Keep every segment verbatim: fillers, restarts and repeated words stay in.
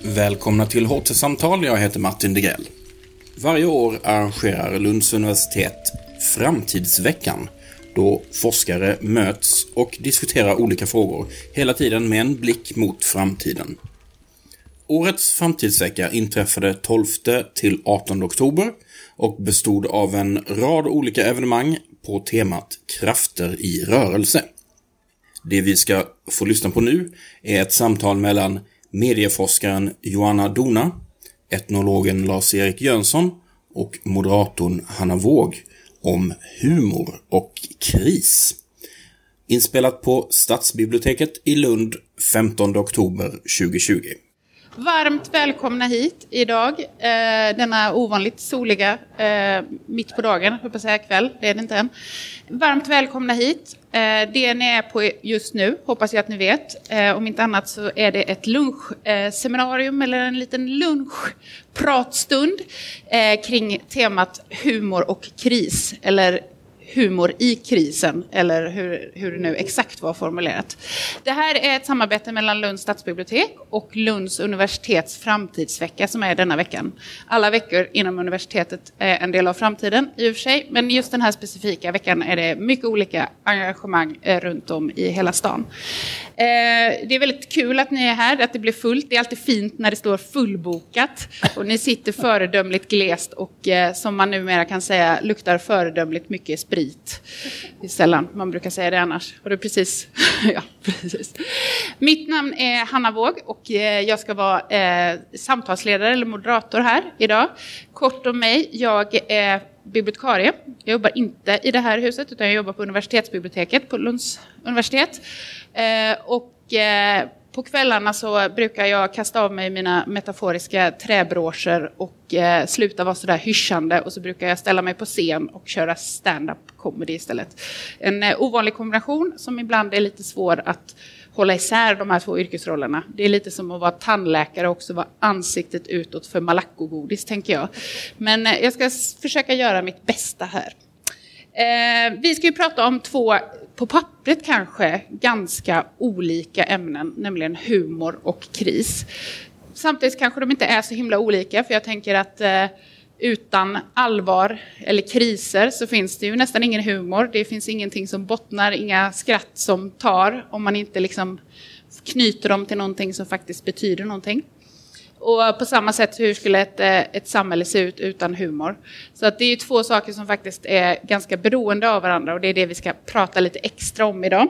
Välkomna till H T-samtal, jag heter Martin Degrell. Varje år arrangerar Lunds universitet Framtidsveckan, då forskare möts och diskuterar olika frågor, hela tiden med en blick mot framtiden. Årets Framtidsvecka inträffade tolfte till artonde oktober och bestod av en rad olika evenemang på temat krafter i rörelse. Det vi ska få lyssna på nu är ett samtal mellan medieforskaren Joanna Dona, etnologen Lars-Erik Jönsson och moderatorn Hanna Våg om humor och kris. Inspelat på Stadsbiblioteket i Lund femtonde oktober tjugohundratjugo. Varmt välkomna hit idag, eh, denna ovanligt soliga, eh, mitt på dagen, jag hoppas säga kväll, det är det inte än. Varmt välkomna hit. Eh, det ni är på just nu, hoppas jag att ni vet. Eh, om inte annat så är det ett lunchseminarium eh, eller en liten lunchpratstund eh, kring temat humor och kris, eller humor i krisen, eller hur, hur det nu exakt var formulerat. Det här är ett samarbete mellan Lunds stadsbibliotek och Lunds universitets framtidsvecka som är denna veckan. Alla veckor inom universitetet är en del av framtiden i och för sig, men just den här specifika veckan är det mycket olika engagemang runt om i hela stan. Det är väldigt kul att ni är här, att det blir fullt. Det är alltid fint när det står fullbokat och ni sitter föredömligt glest och som man numera kan säga luktar föredömligt mycket sprit. Det är sällan man brukar säga det annars. Och det är precis, ja, precis. Mitt namn är Hanna Våg och jag ska vara eh, samtalsledare eller moderator här idag. Kort om mig, jag är bibliotekarie. Jag jobbar inte i det här huset utan jag jobbar på universitetsbiblioteket på Lunds universitet. Eh, och eh, på kvällarna så brukar jag kasta av mig mina metaforiska träbroscher och eh, sluta vara sådär hyschande. Och så brukar jag ställa mig på scen och köra stand-up comedy istället. En eh, ovanlig kombination som ibland är lite svår att hålla isär de här två yrkesrollerna. Det är lite som att vara tandläkare och också vara ansiktet utåt för malackogodis, tänker jag. Men eh, jag ska s- försöka göra mitt bästa här. Eh, vi ska ju prata om två, på pappret kanske, ganska olika ämnen, nämligen humor och kris. Samtidigt kanske de inte är så himla olika, för jag tänker att eh, utan allvar eller kriser så finns det ju nästan ingen humor. Det finns ingenting som bottnar, inga skratt som tar, om man inte liksom knyter dem till någonting som faktiskt betyder någonting. Och på samma sätt, hur skulle ett, ett samhälle se ut utan humor? Så att det är ju två saker som faktiskt är ganska beroende av varandra. Och det är det vi ska prata lite extra om idag.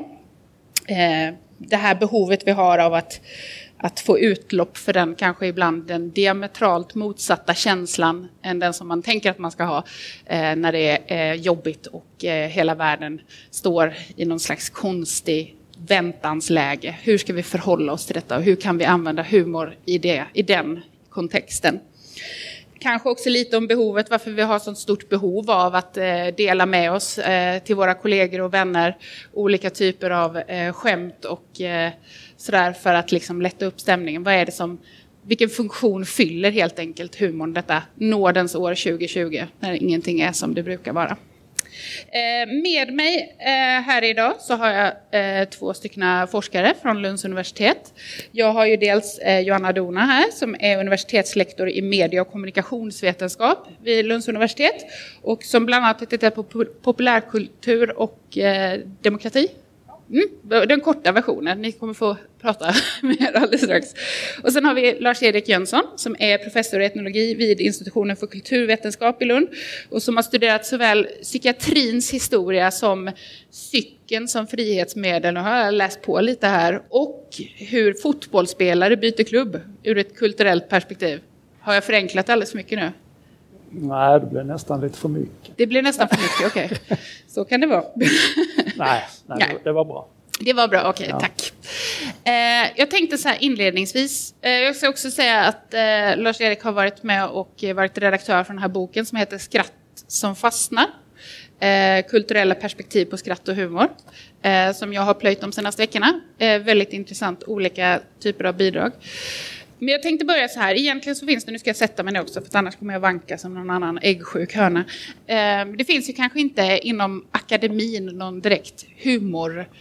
Eh, det här behovet vi har av att, att få utlopp för den kanske ibland den diametralt motsatta känslan än den som man tänker att man ska ha eh, när det är eh, jobbigt och eh, hela världen står i någon slags konstig väntansläge. Hur ska vi förhålla oss till detta och hur kan vi använda humor i, det, i den kontexten? Kanske också lite om behovet, varför vi har så stort behov av att eh, dela med oss eh, till våra kollegor och vänner olika typer av eh, skämt och eh, sådär för att liksom lätta upp stämningen. Vad är det som, vilken funktion fyller helt enkelt humorn detta nådens år tjugohundratjugo när ingenting är som det brukar vara? Med mig här idag så har jag två stycken forskare från Lunds universitet. Jag har ju dels Joanna Dona här som är universitetslektor i media- och kommunikationsvetenskap vid Lunds universitet och som bland annat tittar på populärkultur och demokrati. Mm, den korta versionen, ni kommer få prata mer alldeles strax. Och sen har vi Lars-Erik Jönsson som är professor i etnologi vid institutionen för kulturvetenskap i Lund och som har studerat såväl psykiatrins historia som cykeln som frihetsmedel, och har jag läst på lite här, och hur fotbollsspelare byter klubb ur ett kulturellt perspektiv. Har jag förenklat alldeles för mycket nu? Nej, det blir nästan lite för mycket. Det blir nästan för mycket, okej. Okay. Så kan det vara. nej, nej, nej, det var bra. Det var bra, okej, okay, ja. Tack. Eh, jag tänkte så här inledningsvis, eh, jag ska också säga att eh, Lars-Erik har varit med och varit redaktör för den här boken som heter Skratt som fastnar. Eh, kulturella perspektiv på skratt och humor. Eh, som jag har plöjt de senaste veckorna. Eh, väldigt intressant, olika typer av bidrag. Men jag tänkte börja så här. Egentligen så finns det, nu ska jag sätta mig nu också för annars kommer jag vanka som någon annan äggsjuk höna. Eh, det finns ju kanske inte inom akademin någon direkt humor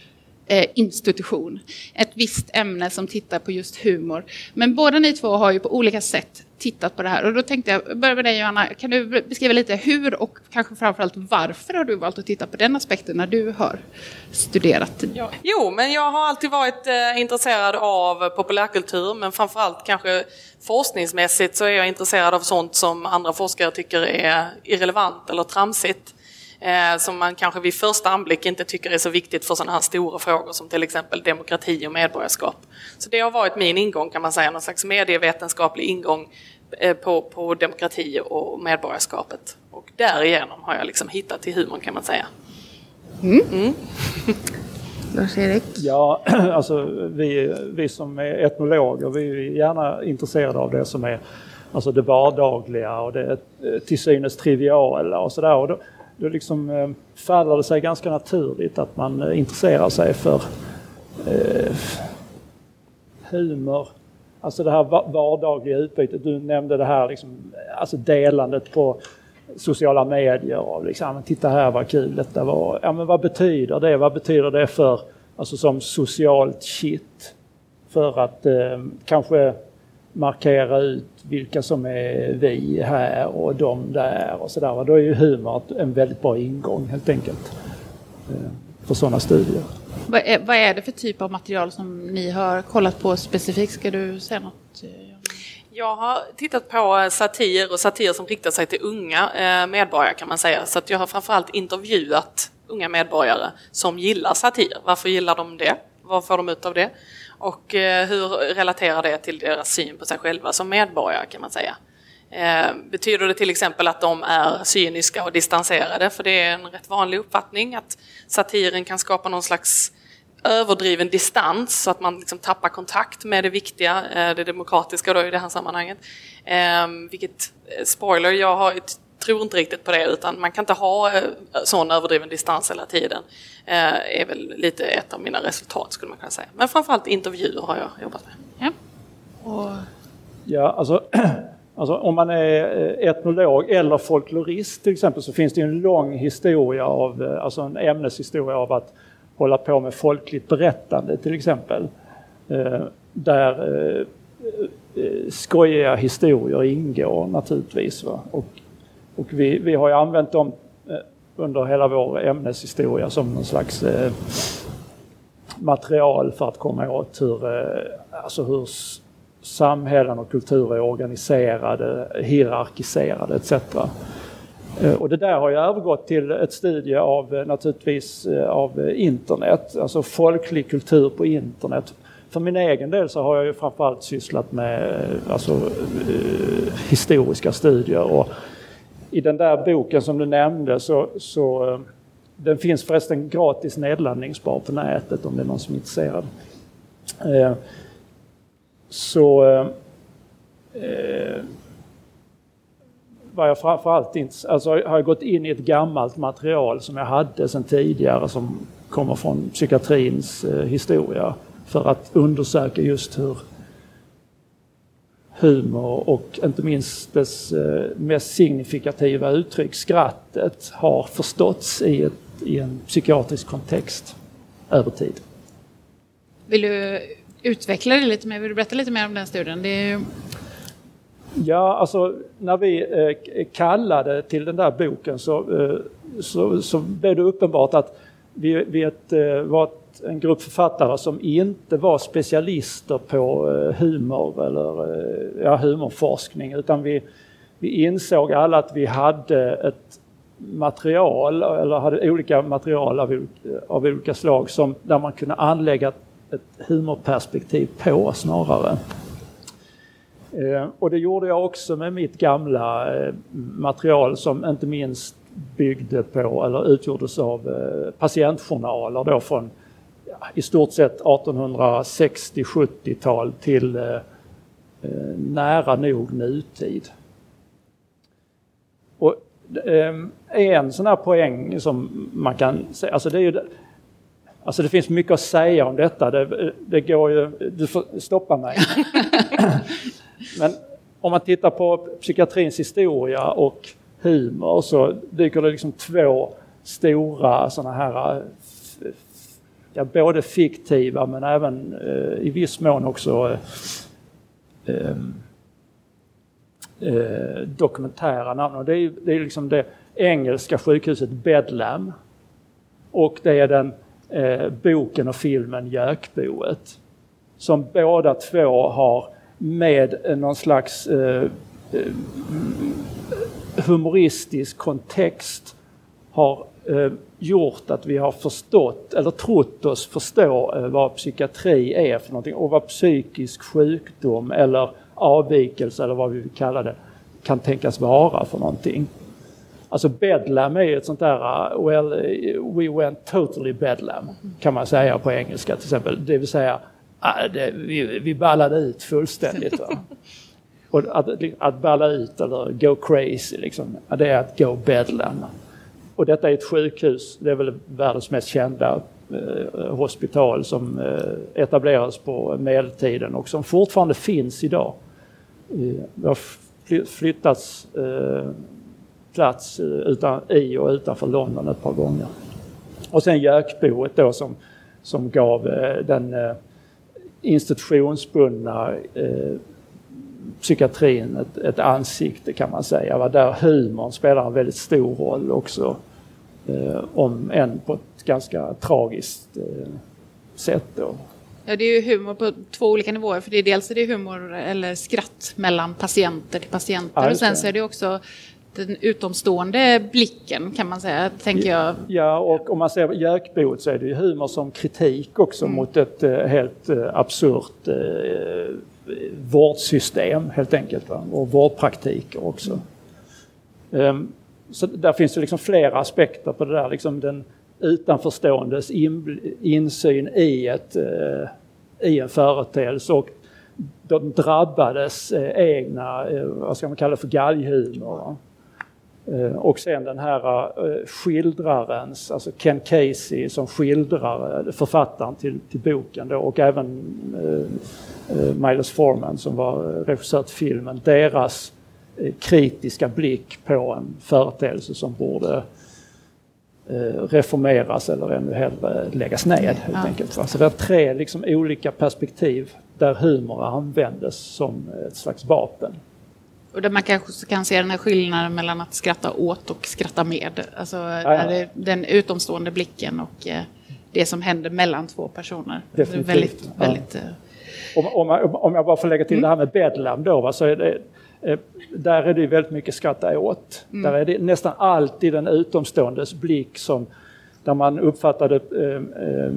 eh, institution. Ett visst ämne som tittar på just humor. Men båda ni två har ju på olika sätt tittat på det här. Och då tänkte jag, börja med dig Johanna, kan du beskriva lite hur och kanske framförallt varför har du valt att titta på den aspekten när du har studerat? Ja. Jo, men jag har alltid varit eh, intresserad av populärkultur, men framförallt kanske forskningsmässigt så är jag intresserad av sånt som andra forskare tycker är irrelevant eller tramsigt. Eh, som man kanske vid första anblick inte tycker är så viktigt för sådana här stora frågor som till exempel demokrati och medborgarskap. Så det har varit min ingång, kan man säga, någon slags medievetenskaplig ingång eh, på, på demokrati och medborgarskapet. Och därigenom har jag liksom hittat till humorn, kan man säga. Mm. Mm. Lars-Erik? Ja, alltså vi, vi som är etnologer, vi är gärna intresserade av det som är alltså det vardagliga och det till synes triviala och sådär. Och då, då liksom eh, faller det sig ganska naturligt att man eh, intresserar sig för eh, humor. Alltså det här vardagliga utbytet. Du nämnde det här liksom, alltså delandet på sociala medier och liksom, titta här vad kul detta var. Ja, men vad betyder det? Vad betyder det för, alltså som socialt shit? För att eh, kanske markera ut vilka som är vi här och de där och sådär. Då är ju humor en väldigt bra ingång helt enkelt eh, för sådana studier. Vad är, vad är det för typ av material som ni har kollat på specifikt? Ska du säga något? Jag har tittat på satir och satir som riktar sig till unga medborgare, kan man säga. Så att jag har framförallt intervjuat unga medborgare som gillar satir. Varför gillar de det? Vad får de ut av det? Och hur relaterar det till deras syn på sig själva som medborgare, kan man säga. Betyder det till exempel att de är cyniska och distanserade? För det är en rätt vanlig uppfattning att satiren kan skapa någon slags överdriven distans så att man liksom tappar kontakt med det viktiga, det demokratiska då i det här sammanhanget. Vilket, spoiler, jag har, tror inte riktigt på det, utan man kan inte ha sån överdriven distans hela tiden. Är väl lite ett av mina resultat, skulle man kunna säga. Men framförallt intervjuer har jag jobbat med. Ja, och... ja alltså... Alltså om man är etnolog eller folklorist till exempel, så finns det en lång historia av, alltså en ämneshistoria av att hålla på med folkligt berättande till exempel. Där skojiga historier ingår naturligtvis. Va? Och, och vi, vi har ju använt dem under hela vår ämneshistoria som någon slags material för att komma åt hur, alltså hur samhällen och kulturer är organiserade, hierarkiserade et cetera. Och det där har ju övergått till ett studie av naturligtvis av internet, alltså folklig kultur på internet. För min egen del så har jag ju framförallt sysslat med alltså, eh, historiska studier, och i den där boken som du nämnde så, så den finns förresten gratis nedladdningsbar på nätet om det är någon som är intresserad. Eh, så eh, var jag framförallt inte, alltså har jag gått in i ett gammalt material som jag hade sedan tidigare som kommer från psykiatrins eh, historia för att undersöka just hur humor och inte minst dess eh, mest signifikativa uttryck, skrattet, har förståtts i, ett, i en psykiatrisk kontext över tid. Vill du utveckla det lite mer? Vill du berätta lite mer om den studien? Det är ju... Ja, alltså när vi eh, kallade till den där boken så, eh, så, så blev det uppenbart att vi, vi ett, eh, var ett, en grupp författare som inte var specialister på eh, humor eller eh, ja, humorforskning, utan vi, vi insåg alla att vi hade ett material eller hade olika material av, av olika slag som, där man kunde anlägga ett humorperspektiv på snarare. Eh, och det gjorde jag också med mitt gamla eh, material som inte minst byggde på eller utgjordes av eh, patientjournaler då från ja, i stort sett artonhundrasextio-sjuttiotal till eh, eh, nära nog nutid. Och eh, en sån här poäng som man kan säga, alltså det är ju det, alltså det finns mycket att säga om detta. Det, det går ju, du får stoppa mig. Men om man tittar på psykiatrins historia och humor så dyker det liksom två stora såna här ja, både fiktiva men även eh, i viss mån också eh, eh, dokumentära namn. Och det är, det är liksom det engelska sjukhuset Bedlam och det är den eh, boken och filmen Gökboet som båda två har med någon slags eh, humoristisk kontext har eh, gjort att vi har förstått eller trott oss förstå eh, vad psykiatri är för någonting och vad psykisk sjukdom eller avvikelse eller vad vi vill kalla det kan tänkas vara för någonting. Alltså bedlam är ett sånt där uh, well we went totally bedlam kan man säga på engelska till exempel. Det vill säga uh, det, vi, vi ballade ut fullständigt. Va? Och att, att balla ut eller go crazy liksom, det är att go bedlam. Och detta är ett sjukhus, det är väl världens mest kända eh, hospital som eh, etablerades på medeltiden och som fortfarande finns idag. Eh, det har flyttats eh, plats utan, i och utanför London ett par gånger. Och sen Gökboet då som, som gav eh, den eh, institutionsbundna eh, psykiatrin ett, ett ansikte kan man säga. Va? Där humorn spelar en väldigt stor roll också. Eh, om än på ett ganska tragiskt eh, sätt då. Ja, det är ju humor på två olika nivåer. För det är dels är det humor eller skratt mellan patienter till patienter. Ja, och sen så är det också den utomstående blicken kan man säga, tänker jag. Ja, och om man ser Gökboet så är det ju humor som kritik också mm. mot ett eh, helt eh, absurt eh, vårdsystem helt enkelt. Va? Och vårdpraktiker också. Mm. Um, så där finns det liksom flera aspekter på det där. Liksom den utanförståendes in, insyn i, ett, uh, i en företeelse och de drabbades uh, egna, uh, vad ska man kalla för galghumor. Uh, och sen den här uh, skildrarens, alltså Ken Casey som skildrar uh, författaren till, till boken då, och även uh, uh, Milos Forman som var regissör till filmen, deras uh, kritiska blick på en företeelse som borde uh, reformeras eller ännu hellre läggas ned helt ja. enkelt. Va? Så det är tre liksom, olika perspektiv där humor användes som ett slags vapen. Och där man kanske kan se den här skillnaden mellan att skratta åt och skratta med. Alltså ja, ja. Är det den utomstående blicken och eh, det som händer mellan två personer. Definitivt. Det är väldigt, ja. väldigt, eh... om, om, om jag bara får lägga till mm. det här med bedlam då, va, så är det, eh, där är det väldigt mycket skratta åt. Mm. Där är det nästan alltid den utomståendes blick som där man uppfattade eh, eh,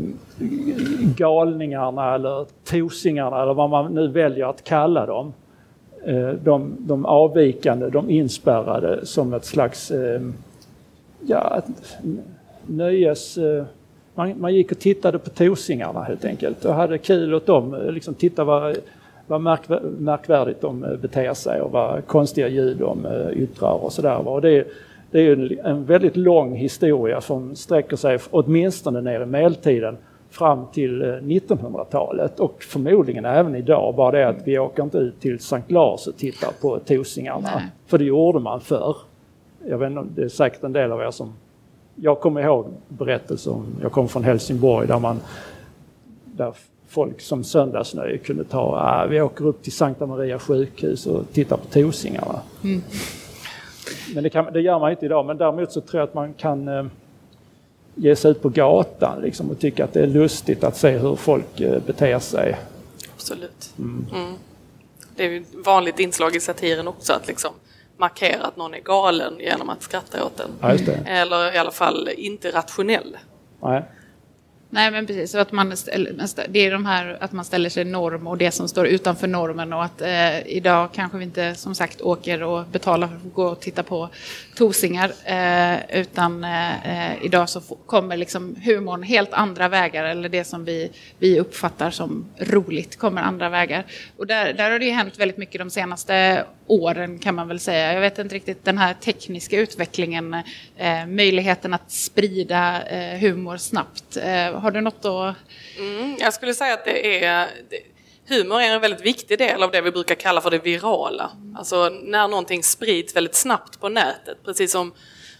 galningarna eller tosingarna eller vad man nu väljer att kalla dem. De, de avvikande, de inspärrade som ett slags eh, ja, nöjes... Eh, man, man gick och tittade på tosingarna helt enkelt och hade kul åt dem. Liksom titta vad, vad märkvär, märkvärdigt de beter sig och vad konstiga ljud de yttrar och sådär. Och det, det är ju en väldigt lång historia som sträcker sig åtminstone ner i medeltiden fram till nittonhundratalet och förmodligen även idag, bara det att vi åker inte ut till Sankt Lars och tittar på tosingarna. Nej. För det gjorde man förr. Jag vet inte, det är säkert en del av er som... Jag kommer ihåg berättelser om... Jag kom från Helsingborg där man... Där folk som söndagsnöje kunde ta... Ah, vi åker upp till Sankta Maria sjukhus och tittar på tosingarna. Mm. Men det, kan, det gör man inte idag. Men däremot så tror jag att man kan... Eh, ge sig ut på gatan liksom, och tycka att det är lustigt att se hur folk eh, beter sig. Absolut. Mm. Mm. Det är ju ett vanligt inslag i satiren också att liksom markera att någon är galen genom att skratta åt den. Ja, just det. Eller i alla fall inte rationell. Nej. Nej, men precis. Så att man ställer, det är de här att man ställer sig norm och det som står utanför normen och att eh, idag kanske vi inte som sagt åker och betalar för att gå och titta på tosingar eh, utan eh, idag så f- kommer liksom humorn helt andra vägar eller det som vi, vi uppfattar som roligt kommer andra vägar. Och där, där har det ju hänt väldigt mycket de senaste åren kan man väl säga. Jag vet inte riktigt den här tekniska utvecklingen, eh, möjligheten att sprida eh, humor snabbt. Eh, har du något att... Mm, jag skulle säga att det är... Det, humor är en väldigt viktig del av det vi brukar kalla för det virala. Alltså när någonting sprids väldigt snabbt på nätet. Precis som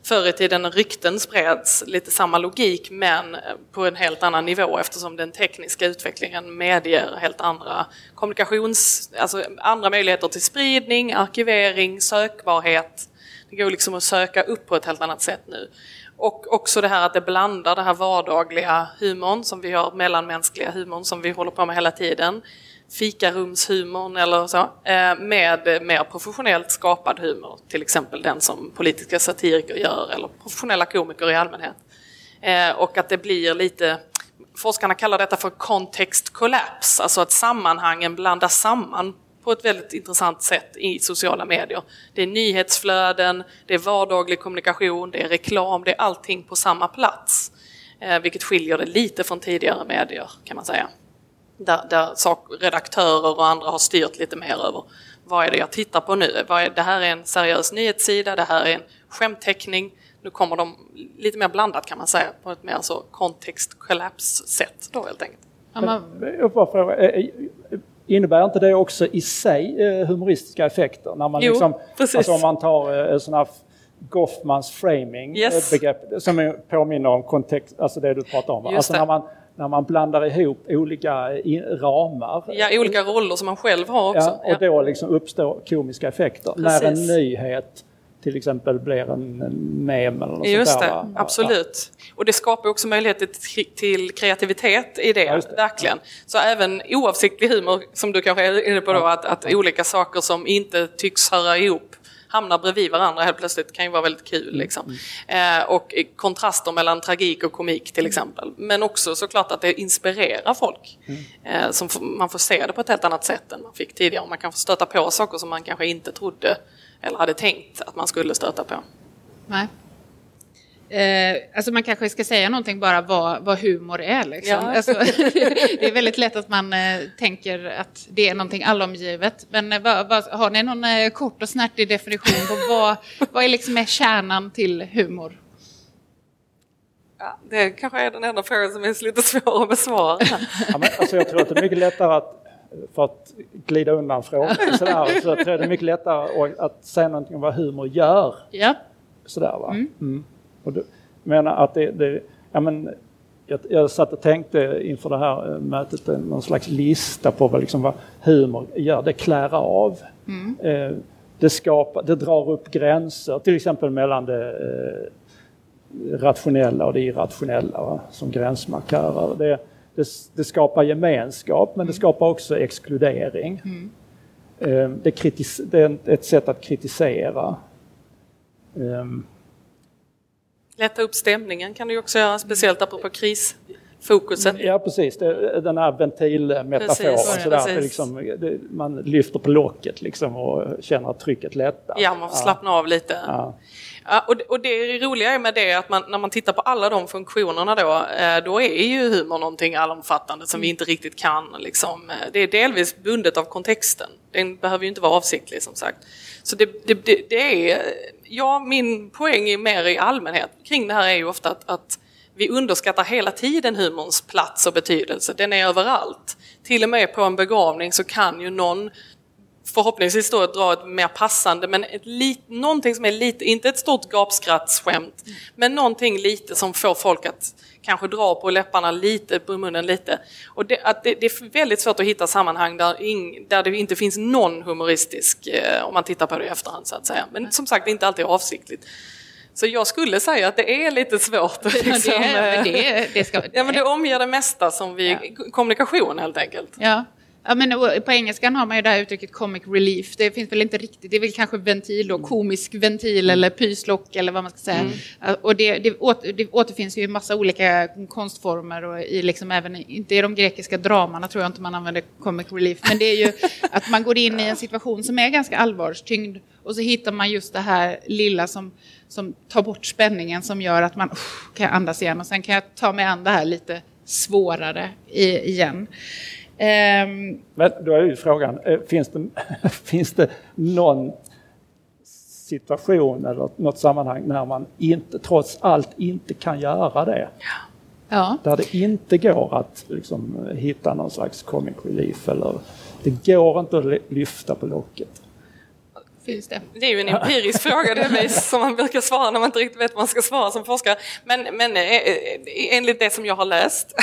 Förr i tiden rykten spreds, lite samma logik men på en helt annan nivå eftersom den tekniska utvecklingen medger helt andra kommunikations, alltså andra möjligheter till spridning, arkivering, sökbarhet. Det går liksom att söka upp på ett helt annat sätt nu. Och också det här att det blandar det här vardagliga humorn som vi har, mellanmänskliga humorn som vi håller på med hela tiden, fikarumshumorn eller så, med mer professionellt skapad humor, till exempel den som politiska satiriker gör eller professionella komiker i allmänhet. Och att det blir lite, forskarna kallar detta för context collapse, alltså att sammanhangen blandas samman på ett väldigt intressant sätt i sociala medier. Det är nyhetsflöden, det är vardaglig kommunikation, det är reklam, det är allting på samma plats. Eh, vilket skiljer det lite från tidigare medier kan man säga. Där, där sak, redaktörer och andra har styrt lite mer över vad är det jag tittar på nu. Vad är, det här är en seriös nyhetssida, det här är en skämtteckning. Nu kommer de lite mer blandat kan man säga på ett mer så context collapse sätt då helt enkelt. Innebär inte det också i sig humoristiska effekter? När man jo, liksom, precis. Alltså om man tar sån här Goffmans framing yes. begrepp som är, påminner om kontext, alltså det du pratar om. Alltså när man, när man blandar ihop olika in, ramar. Ja, olika roller som man själv har också. Ja, och då liksom uppstår komiska effekter. Precis. När en nyhet till exempel blir en mem eller något Just sånt där. det, Va? absolut. Ja. Och det skapar också möjligheter till kreativitet i det, ja, det. verkligen. Så även oavsiktlig humor, som du kanske är inne på då, ja. att, att olika saker som inte tycks höra ihop hamnar bredvid varandra helt plötsligt kan ju vara väldigt kul. Liksom. Mm. Eh, och kontraster mellan tragik och komik till exempel. Men också såklart att det inspirerar folk. Mm. Eh, som f- man får se det på ett helt annat sätt än man fick tidigare. Man kan få stöta på saker som man kanske inte trodde eller hade tänkt att man skulle stöta på. Nej. Eh, alltså man kanske ska säga någonting bara vad, vad humor är. Liksom. Ja. Alltså, det är väldigt lätt att man eh, tänker att det är någonting allomgivet. Men eh, vad, vad, har ni någon eh, kort och snärtig definition på vad, vad är, liksom är kärnan till humor? Ja, det kanske är den enda frågan som är lite svår att besvara. Ja, men, alltså jag tror att det är mycket lättare att för att glida undan frågan sådär, så jag tror det är mycket lättare att säga någonting om vad humor gör. Ja. Sådär va. Mm. Mm. Och du menar att det, det ja men jag, jag satt och tänkte inför det här mötet någon slags lista på vad liksom vad humor gör. Det klär av. Mm. Eh, det skapar, det drar upp gränser till exempel mellan det eh, rationella och det irrationella va? Som gränsmarkörer. Det Det, det skapar gemenskap, men det skapar också exkludering. Mm. Det, kritis, det är ett sätt att kritisera. Um. Lätta upp stämningen kan du också göra, speciellt apropå krisfokuset. Ja, precis. Det, den här ventilmetaforen. Precis, sådär, precis. Liksom, det, man lyfter på locket liksom, och känner att trycket lättar. Ja, man får ja. slappna av lite. Ja. Ja, och, det, och det roliga är med det att man, när man tittar på alla de funktionerna då, då är ju humor någonting allomfattande som mm. vi inte riktigt kan. Liksom. Det är delvis bundet av kontexten. Den behöver ju inte vara avsiktlig som sagt. Så det, det, det, det är, ja, min poäng är mer i allmänhet kring det här är ju ofta att, att vi underskattar hela tiden humorns plats och betydelse. Den är överallt. Till och med på en begravning så kan ju någon förhoppningsvis då dra ett mer passande, men ett lit, någonting som är lite, inte ett stort gapskrattsskämt, mm. men någonting lite som får folk att kanske dra på läpparna lite, på munnen lite. Och det, att det, det är väldigt svårt att hitta sammanhang där, in, där det inte finns någon humoristisk, eh, om man tittar på det i efterhand så att säga. Men som sagt, det är inte alltid avsiktligt. Så jag skulle säga att det är lite svårt. Liksom, det, är, det, det, ska, ja, men det omger det mesta som vi, ja. kommunikation helt enkelt. Ja. Ja, men på engelskan har man ju det här uttrycket comic relief. Det finns väl inte riktigt. Det är väl kanske ventil då, komisk ventil eller pyslock eller vad man ska säga. Mm. Och det, det, åter, det återfinns ju i massa olika konstformer och i liksom även inte i de grekiska dramarna tror jag inte man använder comic relief. Men det är ju att man går in i en situation som är ganska allvarstyngd och så hittar man just det här lilla som, som tar bort spänningen som gör att man uh, kan andas igen och sen kan jag ta mig an det här lite svårare i, igen. Um, Men då är ju frågan, finns det, finns det någon situation eller något sammanhang när man inte, trots allt inte kan göra det? Ja. Där det inte går att liksom, hitta någon slags comic relief eller det går inte att lyfta på locket. finns det? Det är ju en empirisk fråga delvis, som man brukar svara när man inte riktigt vet vad man ska svara som forskare. Men, men enligt det som jag har läst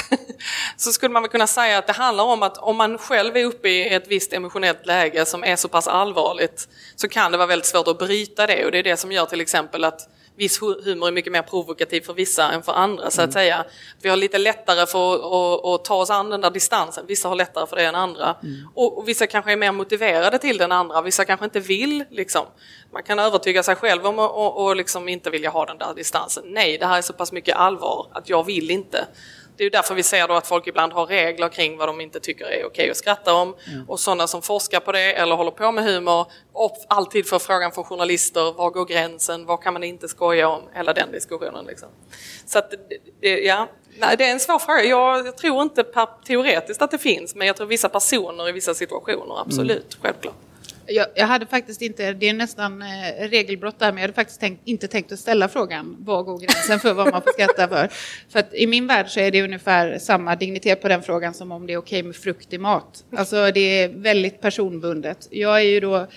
så skulle man väl kunna säga att det handlar om att om man själv är uppe i ett visst emotionellt läge som är så pass allvarligt, så kan det vara väldigt svårt att bryta det. Och det är det som gör till exempel att viss humor är mycket mer provokativ för vissa än för andra, så att säga. Vi har lite lättare för att, att, att ta oss an den där distansen. Vissa har lättare för det än andra. Mm. Och, och vissa kanske är mer motiverade till den andra. Vissa kanske inte vill. Liksom. Man kan övertyga sig själv om att och, och liksom inte vilja ha den där distansen. Nej, det här är så pass mycket allvar att jag vill inte. Det är ju därför vi ser då att folk ibland har regler kring vad de inte tycker är okej att skratta om. Mm. Och sådana som forskar på det eller håller på med humor och alltid får frågan från journalister: var går gränsen? Vad kan man inte skoja om? Hela den diskussionen. Liksom. Så att, ja, nej, det är en svår fråga. Jag, jag tror inte teoretiskt att det finns, men jag tror vissa personer i vissa situationer, absolut, mm. självklart. Jag, jag hade faktiskt inte, det är nästan eh, regelbrott där, men jag hade faktiskt tänkt, inte tänkt att ställa frågan vad går gränsen för vad man får skratta för. För att i min värld så är det ungefär samma dignitet på den frågan som om det är okej med frukt i mat. Alltså det är väldigt personbundet. Jag är ju då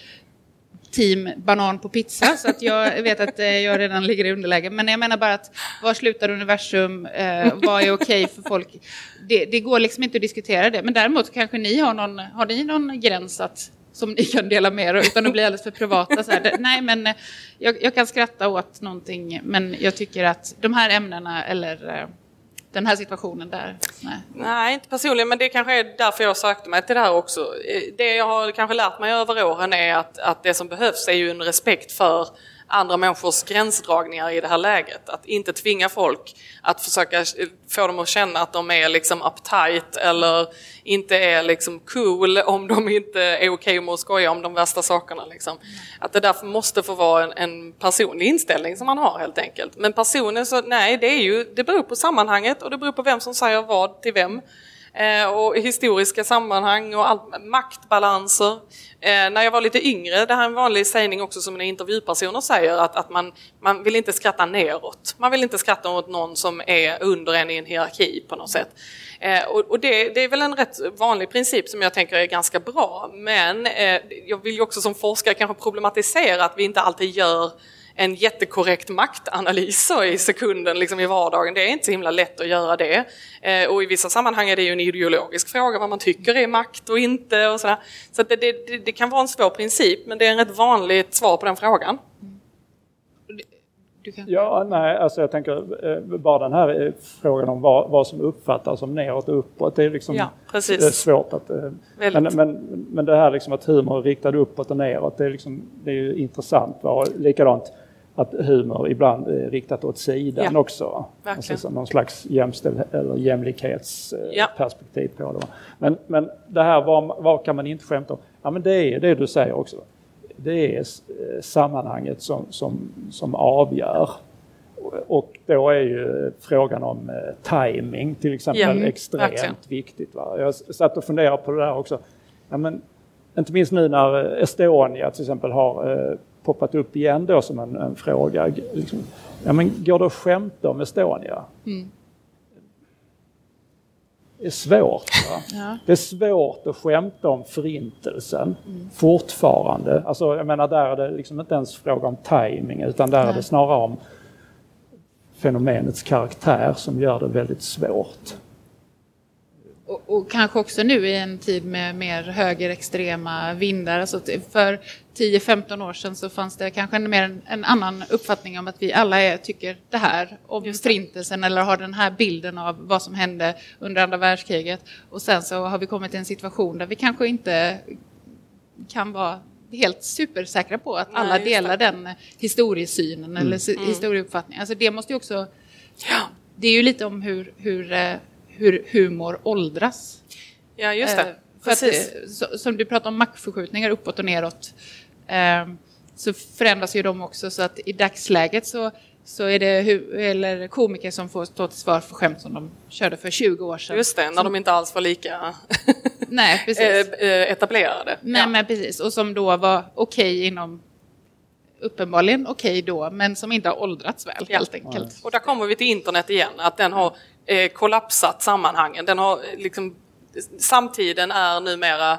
team banan på pizza, så att jag vet att eh, jag redan ligger i underläge. Men jag menar bara att var slutar universum, eh, vad är okej för folk? Det, det går liksom inte att diskutera det. Men däremot kanske ni har någon, har ni någon gräns att som ni kan dela med er utan att bli alldeles för privata. Så här. Nej, men jag, jag kan skratta åt någonting, men jag tycker att de här ämnena eller den här situationen där, nej. Nej, inte personligen, men det kanske är därför jag sökte mig till det här också. Det jag har kanske lärt mig över åren är att, att det som behövs är ju en respekt för andra människors gränsdragningar i det här läget. Att inte tvinga folk att försöka få dem att känna att de är liksom uptight eller inte är liksom cool om de inte är okej med att skoja om de värsta sakerna. Liksom. Att det därför måste få vara en, en personlig inställning som man har helt enkelt. Men personen, så nej, det är ju, det beror på sammanhanget och det beror på vem som säger vad till vem. Eh, och historiska sammanhang och allt, maktbalanser. Eh, när jag var lite yngre, det här är en vanlig sägning också som en intervjupersoner säger, att, att man, man vill inte skratta neråt. Man vill inte skratta åt någon som är under en i en hierarki på något sätt. Eh, och och det, det är väl en rätt vanlig princip som jag tänker är ganska bra. Men eh, jag vill ju också som forskare kanske problematisera att vi inte alltid gör en jättekorrekt maktanalys i sekunden liksom i vardagen. Det är inte så himla lätt att göra det. Eh, och i vissa sammanhang är det ju en ideologisk fråga vad man tycker är makt och inte. Och sådär. Så det, det, det kan vara en svår princip, men det är en rätt vanligt svar på den frågan. Du kan... Ja, nej, alltså jag tänker eh, bara den här eh, frågan om vad, vad som uppfattas som neråt och uppåt. Det är liksom ja, det är svårt att... Eh, men, men, men det här liksom att humor är riktad uppåt och neråt, det är, liksom, det är ju intressant. Va? Likadant att humor ibland är riktat åt sidan ja, också. Alltså som någon slags jämställd, eller jämlikhetsperspektiv ja. på det. Men, men det här, vad, vad kan man inte skämta om? Ja, men det är det du säger också. Det är sammanhanget som, som, som avgör. Och då är ju frågan om eh, timing till exempel ja, extremt verkligen. viktigt. Va? Jag satt och funderade på det där också. Ja, men, inte minst nu när Estonia till exempel har eh, poppat upp igen då som en, en fråga. Liksom, ja, men går det att skämta om Estonia? Mm. Det är svårt. Va? Ja. Det är svårt att skämta om förintelsen mm. fortfarande. Alltså, jag menar, där är det liksom inte ens fråga om timing, utan där Nej. är det snarare om fenomenets karaktär som gör det väldigt svårt. Och, och kanske också nu i en tid med mer högerextrema vindar. Alltså för tio femton år sedan så fanns det kanske en, mer en, en annan uppfattning om att vi alla är, tycker det här om förintelsen eller har den här bilden av vad som hände under andra världskriget. Och sen så har vi kommit till en situation där vi kanske inte kan vara helt supersäkra på att alla Nej, delar den historiesynen mm. eller mm. historieuppfattningen. Alltså det måste ju också... Ja. Det är ju lite om hur... hur hur humor åldras. Ja, just det. Eh, för att, så, som du pratar om maktförskjutningar uppåt och neråt eh, så förändras ju de också, så att i dagsläget så, så är det hu- eller komiker som får stå till svar för skämt som de körde för tjugo år sedan. Just det, när som, de inte alls var lika nej, precis. etablerade. Nej, ja. men precis. Och som då var okej okay inom uppenbarligen okej okay då, men som inte har åldrats väl ja. helt enkelt. Och där kommer vi till internet igen, att den har eh, kollapsat sammanhangen. Den har liksom, samtiden är numera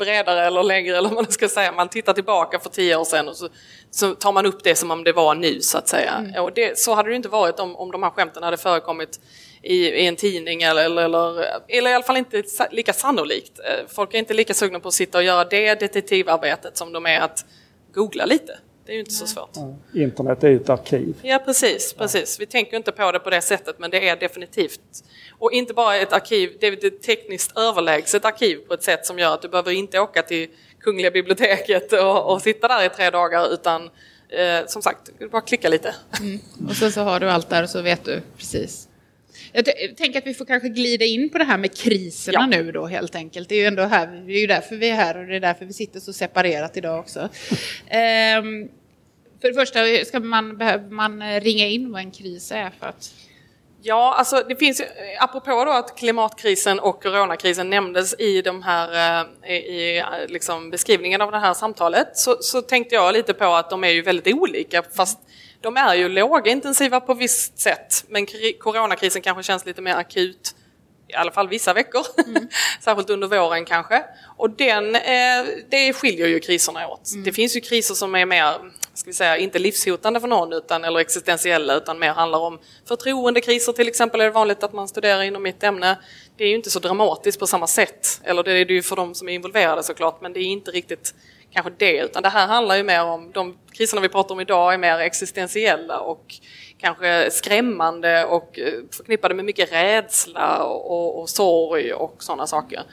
bredare eller längre eller vad man ska säga. Man tittar tillbaka för tio år sedan och så, så tar man upp det som om det var nu så att säga. Mm. Och det, så hade det inte varit om, om de här skämten hade förekommit i, i en tidning eller, eller, eller, eller i alla fall inte lika sannolikt. Folk är inte lika sugna på att sitta och göra det detektivarbetet som de är att googla lite. Det är ju inte så svårt. Ja, internet är ju ett arkiv. Ja, precis, precis. Vi tänker inte på det på det sättet, men det är definitivt. Och inte bara ett arkiv, det är ett tekniskt överlägset arkiv på ett sätt som gör att du behöver inte åka till Kungliga biblioteket och, och sitta där i tre dagar, utan eh, som sagt, du bara klicka lite. Mm. Och så, så har du allt där och så vet du precis. Jag t- tänker att vi får kanske glida in på det här med kriserna ja. nu då helt enkelt. Det är ju ändå här, det är ju därför vi är här och det är därför vi sitter så separerat idag också. um, för det första, ska man, behöver man ringa in vad en kris är för att... Ja, alltså det finns ju, apropå då att klimatkrisen och coronakrisen nämndes i de här i, i liksom beskrivningen av det här samtalet, så, så tänkte jag lite på att de är ju väldigt olika, fast de är ju lågintensiva på visst sätt, men coronakrisen kanske känns lite mer akut, i alla fall vissa veckor, mm. särskilt under våren kanske. Och den, eh, det skiljer ju kriserna åt. Mm. Det finns ju kriser som är mer, ska vi säga, inte livshotande för någon utan, eller existentiella, utan mer handlar om förtroendekriser till exempel. Är det vanligt att man studerar inom mitt ämne. Det är ju inte så dramatiskt på samma sätt, eller det är det ju för de som är involverade såklart, men det är inte riktigt kanske det, utan det här handlar ju mer om, de kriserna vi pratar om idag är mer existentiella och kanske skrämmande och förknippade med mycket rädsla och, och, och sorg och sådana saker.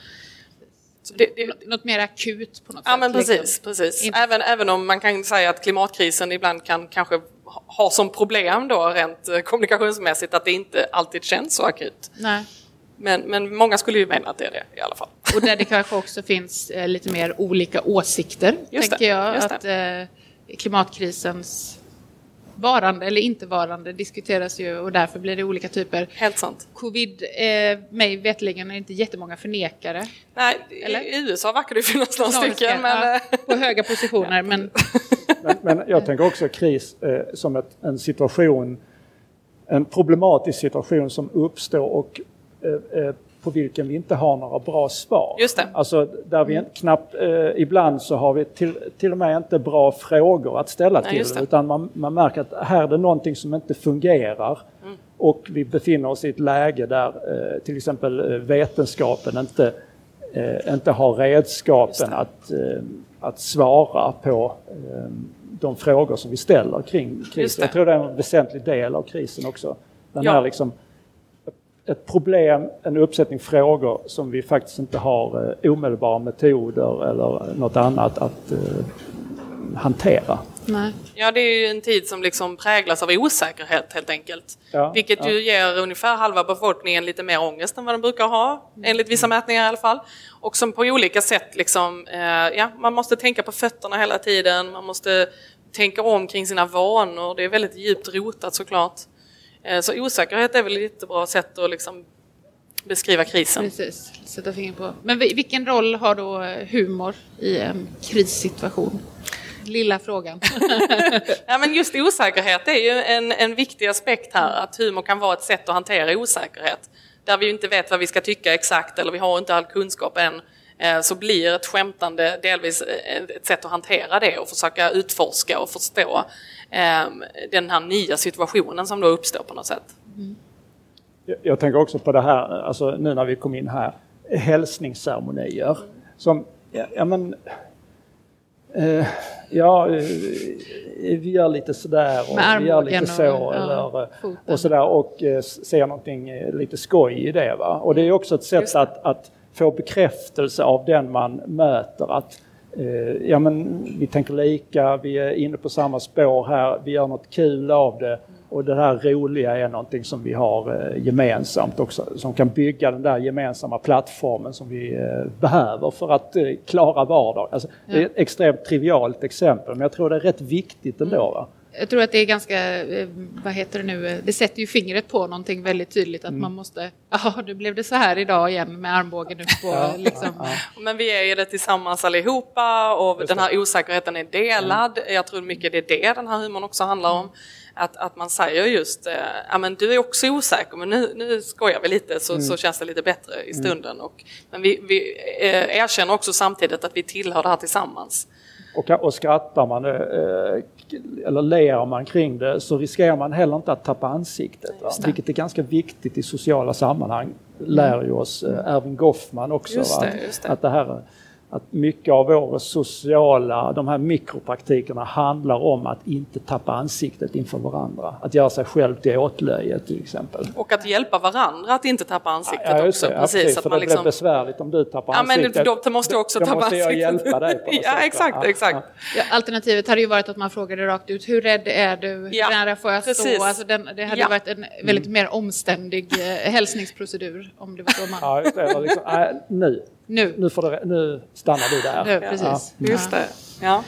Så det, det, något mer akut på något ja, sätt. Men precis, liksom. precis. Även, även om man kan säga att klimatkrisen ibland kan kanske ha som problem då rent kommunikationsmässigt att det inte alltid känns så akut. Nej. Men, men många skulle ju mena att det är det i alla fall. Och där det kanske också finns eh, lite mer olika åsikter, just tänker det, jag. just att eh, klimatkrisens varande eller inte varande diskuteras ju och därför blir det olika typer. Helt sant. Covid, eh, mig vetligen är inte jättemånga förnekare. Nej, eller? I U S A verkar det finnas några stycken. Men... Ja, på höga positioner. men... men, men jag tänker också kris eh, som ett, en situation, en problematisk situation som uppstår och eh, eh, på vilken vi inte har några bra svar. Just det. Alltså där vi knappt, eh, ibland så har vi till, till och med inte bra frågor att ställa till. Ja, utan man, man märker att här är det någonting som inte fungerar. Mm. Och vi befinner oss i ett läge där eh, till exempel vetenskapen inte, eh, inte har redskapen att, eh, att svara på eh, de frågor som vi ställer kring krisen. Jag tror det är en väsentlig del av krisen också. Den ja. här liksom ett problem, en uppsättning frågor som vi faktiskt inte har eh, omedelbara metoder eller något annat att eh, hantera. Nej. Ja, det är ju en tid som liksom präglas av osäkerhet helt enkelt. Ja, vilket ja. ju ger ungefär halva befolkningen lite mer ångest än vad de brukar ha, enligt vissa mätningar i alla fall. Och som på olika sätt liksom, eh, ja, man måste tänka på fötterna hela tiden, man måste tänka om kring sina vanor, det är väldigt djupt rotat såklart. Så osäkerhet är väl ett jättebra sätt att liksom beskriva krisen. Precis, sätta fingret på. Men vilken roll har då humor i en krissituation? Lilla frågan. Ja, men just osäkerhet är ju en, en viktig aspekt här. Att humor kan vara ett sätt att hantera osäkerhet. Där vi inte vet vad vi ska tycka exakt eller vi har inte all kunskap än. Så blir ett skämtande delvis ett sätt att hantera det och försöka utforska och förstå den här nya situationen som då uppstår på något sätt. Mm. Jag, jag tänker också på det här, alltså nu när vi kom in här, hälsningsceremonier som, ja, ja men eh, ja, eh, vi gör lite sådär och vi gör lite så och, eller, ja, och sådär och eh, ser någonting eh, lite skoj i det, va? Och det är också ett sätt att, att få bekräftelse av den man möter att ja, men vi tänker lika, vi är inne på samma spår här, vi gör något kul av det och det här roliga är någonting som vi har gemensamt också, som kan bygga den där gemensamma plattformen som vi behöver för att klara vardag. Alltså, ja. Det är ett extremt trivialt exempel, men jag tror det är rätt viktigt ändå, va? Jag tror att det är ganska, vad heter det nu, det sätter ju fingret på någonting väldigt tydligt att mm. man måste, ja nu blev det så här idag igen med armbågen upp på ja, liksom. Ja, ja. Men vi är ju det tillsammans allihopa och just den här osäkerheten är delad. Mm. Jag tror mycket det är det den här humorn också handlar om. Att, att man säger just, eh, ja men du är också osäker, men nu, nu skojar vi lite så, mm. så känns det lite bättre i stunden. Mm. Och, men vi, vi eh, erkänner också samtidigt att vi tillhör det här tillsammans. Och, och skrattar man eh, eller ler man kring det så riskerar man heller inte att tappa ansiktet. Va? Vilket är ganska viktigt i sociala sammanhang. Lär ju oss eh, Erving Goffman också. Just det, just det. Att, att det här att mycket av våra sociala, de här mikropraktikerna handlar om att inte tappa ansiktet inför varandra. Att göra sig själv till åtlöje till exempel. Och att hjälpa varandra att inte tappa ansiktet ja, också. Det, precis, ja, precis, att för man det liksom... blir besvärligt om du tappar ja, ansiktet. Men då måste jag också då, tappa då måste jag ansiktet. hjälpa dig på något ja, sätt. exakt, ja, exakt. Ja, alternativet hade ju varit att man frågade rakt ut, hur rädd är du? Ja, När får jag precis. stå? Alltså den, det hade ja. varit en väldigt mm. mer omständig eh, hälsningsprocedur om det var så man... Ja, just det. Liksom, äh, nu. Nu. Nu, får det, nu stannar du där. Nu, precis. Ja. Just det. Ja.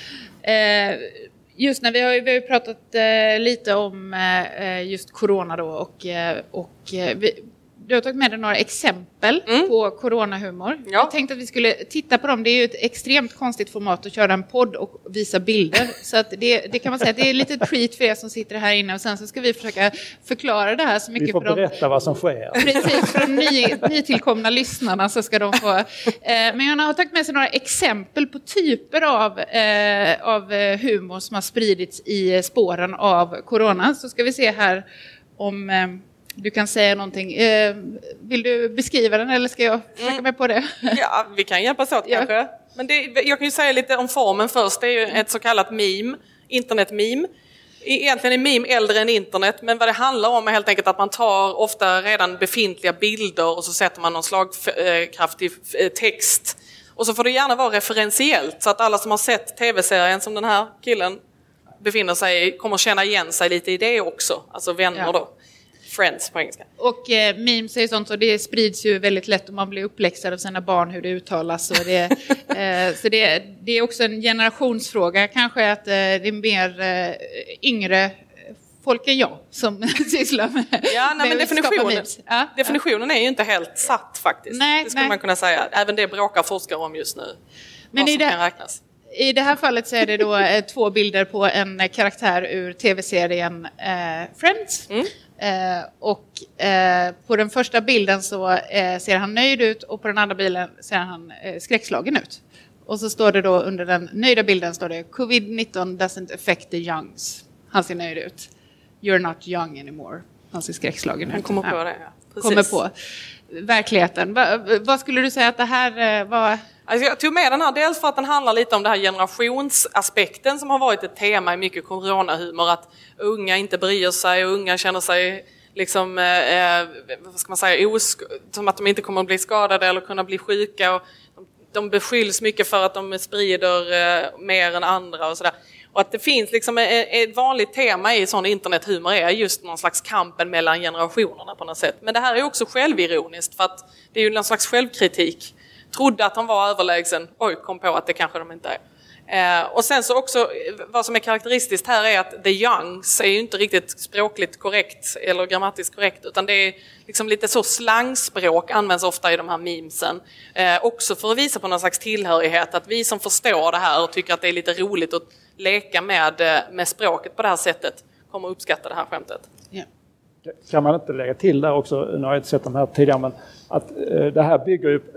Eh, just när vi har, vi har ju pratat eh, lite om eh, just corona då och, eh, och eh, vi, du har tagit med dig några exempel mm. på coronahumor. Ja. Jag tänkte att vi skulle titta på dem. Det är ju ett extremt konstigt format att köra en podd och visa bilder. Så att det, det kan man säga att det är lite treat för er som sitter här inne. Och sen så ska vi försöka förklara det här så mycket. Vi får för berätta dem. Vad som sker. Precis, för de ny, nytillkomna lyssnarna så ska de få. Eh, men jag har tagit med sig några exempel på typer av, eh, av humor som har spridits i spåren av corona. Så ska vi se här om... Eh, du kan säga någonting. Eh, vill du beskriva den eller ska jag försöka mm. mig på det? Ja, vi kan hjälpas åt ja. kanske. Men det, jag kan ju säga lite om formen först. Det är ju ett så kallat meme, internet-meme. Egentligen är meme äldre än internet, men vad det handlar om är helt enkelt att man tar ofta redan befintliga bilder och så sätter man någon slagkraftig text. Och så får det gärna vara referentiellt så att alla som har sett tv-serien som den här killen befinner sig i kommer känna igen sig lite i det också. Alltså vänner ja. då. Friends på engelska. Och eh, memes är sånt och det sprids ju väldigt lätt om man blir uppläxad av sina barn hur det uttalas. Och det, eh, så det, det är också en generationsfråga. Kanske att eh, det är mer eh, yngre folk än jag som sysslar med, ja, nej, med men definitionen, ja, definitionen är ju inte helt satt faktiskt. Nej, det skulle nej. man kunna säga. Även det bråkar forskare om just nu. Men vad i som det, kan räknas. I det här fallet så är det då eh, två bilder på en karaktär ur tv-serien eh, Friends. Mm. Eh, och eh, på den första bilden så eh, ser han nöjd ut och på den andra bilden ser han eh, skräckslagen ut. Och så står det då under den nöjda bilden står det covid nitton doesn't affect the youngs. Han ser nöjd ut. You're not young anymore. Han ser skräckslagen ut. Han kommer på det, ja. Precis. Kommer på verkligheten. Va, vad skulle du säga att det här eh, var... Alltså jag tog med den här dels för att den handlar lite om det här generationsaspekten som har varit ett tema i mycket coronahumor, att unga inte bryr sig och unga känner sig liksom, eh, vad ska man säga, osk- som att de inte kommer att bli skadade eller kunna bli sjuka och de, de beskylls mycket för att de sprider eh, mer än andra och sådär. Och att det finns liksom ett, ett vanligt tema i sån internethumor är just någon slags kampen mellan generationerna på något sätt. Men det här är också självironiskt för att det är ju någon slags självkritik. Trodde att de var överlägsen, oj, kom på att det kanske de inte är. Eh, och sen så också, vad som är karaktäristiskt här är att the youngs är ju inte riktigt språkligt korrekt eller grammatiskt korrekt, utan det är liksom lite så slangspråk används ofta i de här memesen. Eh, också för att visa på någon slags tillhörighet, att vi som förstår det här och tycker att det är lite roligt att leka med, med språket på det här sättet kommer uppskatta det här skämtet. Yeah. Kan man inte lägga till där också, nu har jag inte sett de här tidigare, men att eh, det här bygger ju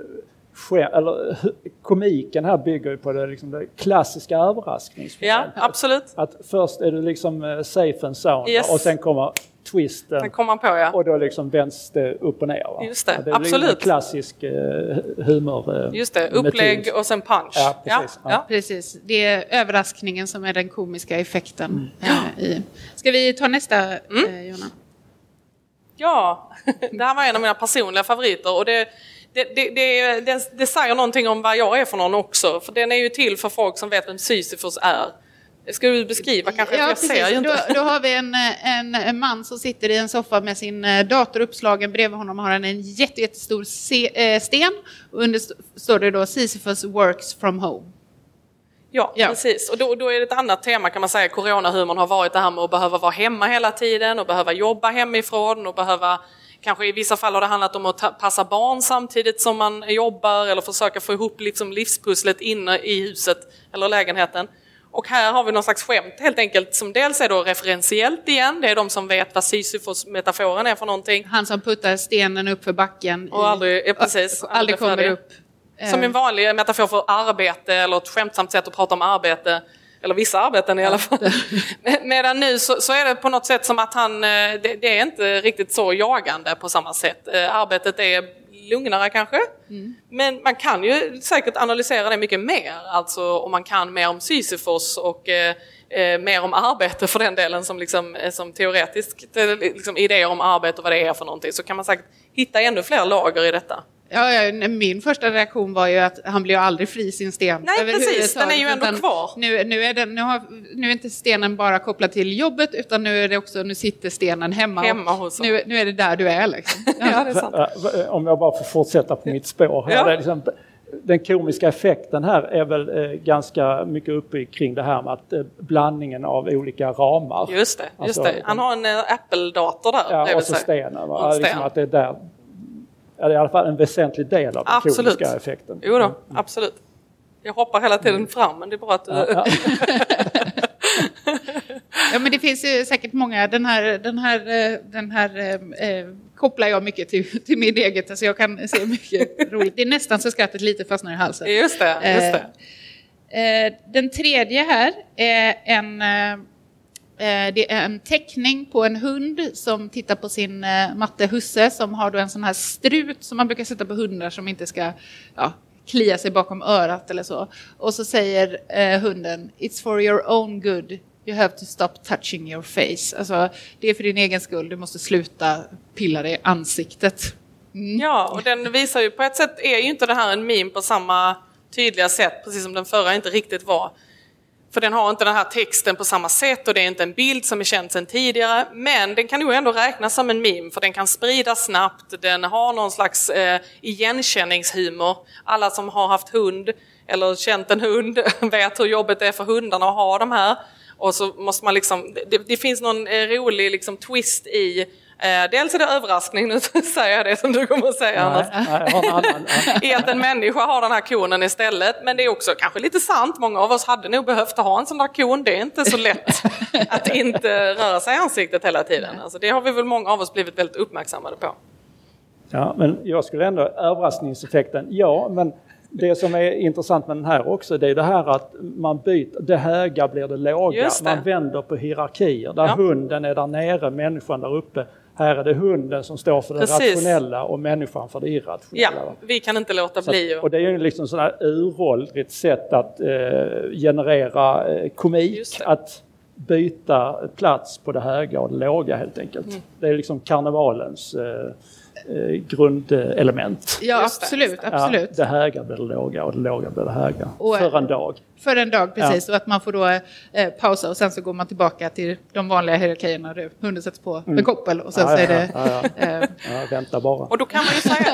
eller komiken här bygger ju på det, liksom det klassiska överraskningsmomentet. Ja, absolut. Att, att först är du liksom safe and sound yes. och sen kommer twisten. Den kommer man på, ja. Och då liksom vänds det upp och ner. Va? Just det, det är absolut. En klassisk eh, humor. Eh, Just det, upplägg metod. Och sen punch. Ja, precis. Ja, ja. ja. Precis. Det är överraskningen som är den komiska effekten. Mm. Eh, i. Ska vi ta nästa, mm. eh, Jonna? Ja, det här var en av mina personliga favoriter och det Det, det, det, det, det säger någonting om vad jag är för någon också. För den är ju till för folk som vet vem Sisyfos är. Ska du beskriva kanske? Ja, jag precis. ser ju inte. Då, då har vi en, en, en man som sitter i en soffa med sin dator uppslagen. Bredvid honom har han en jätte, jättestor se, äh, sten. Och under står det då Sisyfos works from home. Ja, ja, precis. Och då, då är det ett annat tema kan man säga. Coronahumorn har varit det här med att behöva vara hemma hela tiden och behöva jobba hemifrån och behöva... Kanske i vissa fall har det handlat om att ta, passa barn samtidigt som man jobbar eller försöka få ihop liksom livspusslet inne i huset eller lägenheten. Och här har vi någon slags skämt helt enkelt som dels är då referentiellt igen. Det är de som vet vad Sisyfos-metaforen är för någonting. Han som puttar stenen upp för backen. Och aldrig, ja, precis, och aldrig kommer färdig. upp. Som en vanlig metafor för arbete eller ett skämtsamt sätt att prata om arbete. Eller vissa arbeten i alla fall. Medan nu så, så är det på något sätt som att han, det, det är inte riktigt så jagande på samma sätt. Arbetet är lugnare kanske. Mm. Men man kan ju säkert analysera det mycket mer. Alltså om man kan mer om Sisyfos och eh, mer om arbete för den delen som, liksom, som teoretiskt liksom, idéer om arbete och vad det är för någonting. Så kan man säkert hitta ännu fler lager i detta. Ja, ja, min första reaktion var ju att han blir aldrig fri sin sten. Nej, precis. Den är ju ändå kvar. Nu, nu, är den, nu, har, nu är inte stenen bara kopplad till jobbet, utan nu är det också, nu sitter stenen hemma. Hemma hos nu, nu är det där du är liksom. Ja, det är sant. Om jag bara får fortsätta på mitt spår. Här, ja. Det är liksom, den komiska effekten här är väl eh, ganska mycket uppe kring det här med att eh, blandningen av olika ramar. Just det, just alltså, det. Han har en eh, Apple-dator där. Ja, och så stenen. Va? Och sten. Liksom att det är där. Ja, det är i alla fall en väsentlig del av den absolut. Komiska effekten. Jo då, mm. absolut. Jag hoppar hela tiden fram, men det är bra att du... Ja, ja. Ja, men det finns ju säkert många. Den här, den här, den här eh, kopplar jag mycket till, till min eget. Alltså jag kan se mycket roligt. Det är nästan så skrattet lite fastnar i halsen. Just det, just det. Eh, eh, den tredje här är en... Eh, Det är en teckning på en hund som tittar på sin matte husse som har då en sån här strut som man brukar sätta på hundar som inte ska ja, klia sig bakom örat eller så. Och så säger eh, hunden, it's for your own good, you have to stop touching your face. Alltså det är för din egen skull, du måste sluta pilla dig i ansiktet. Mm. Ja, och den visar ju på ett sätt är ju inte det här en meme på samma tydliga sätt, precis som den förra inte riktigt var. För den har inte den här texten på samma sätt och det är inte en bild som är känd sedan tidigare. Men den kan ju ändå räknas som en meme för den kan spridas snabbt. Den har någon slags eh, igenkänningshumor. Alla som har haft hund eller känt en hund vet hur jobbet det är för hundarna att ha de här. Och så måste man liksom, det, det finns någon eh, rolig liksom, twist i Eh, dels är det överraskning, nu säger jag det som du kommer att säga annars. I att en människa har den här konen istället. Men det är också kanske lite sant. Många av oss hade nog behövt ha en sån där kon. Det är inte så lätt att inte röra sig i ansiktet hela tiden. Alltså, det har vi väl många av oss blivit väldigt uppmärksammade på. Ja, men jag skulle ändå, överraskningseffekten, ja, men det som är intressant med den här också, det är det här att man byter, det höga blir det låga. Det. Man vänder på hierarkier. Där ja. Hunden är där nere, människan där uppe. Här är det hunden som står för det Precis. Rationella och människan för det irrationella. Ja, vi kan inte låta så bli. Att, och det är ju liksom sådär uråldrigt sätt att eh, generera eh, komik. Att byta plats på det höga och det låga helt enkelt. Mm. Det är liksom karnevalens eh, eh, grundelement. Ja, absolut. absolut. Ja, det höga blir det låga och det låga blir det höga. Och, för en dag. För en dag, precis. Ja. Och att man får då eh, pausa och sen så går man tillbaka till de vanliga hierarkierna. Hunden sätts på mm. en koppel och sen ja, så är det... Ja, ja, ja. Eh, ja, vänta bara. Och då kan man ju säga...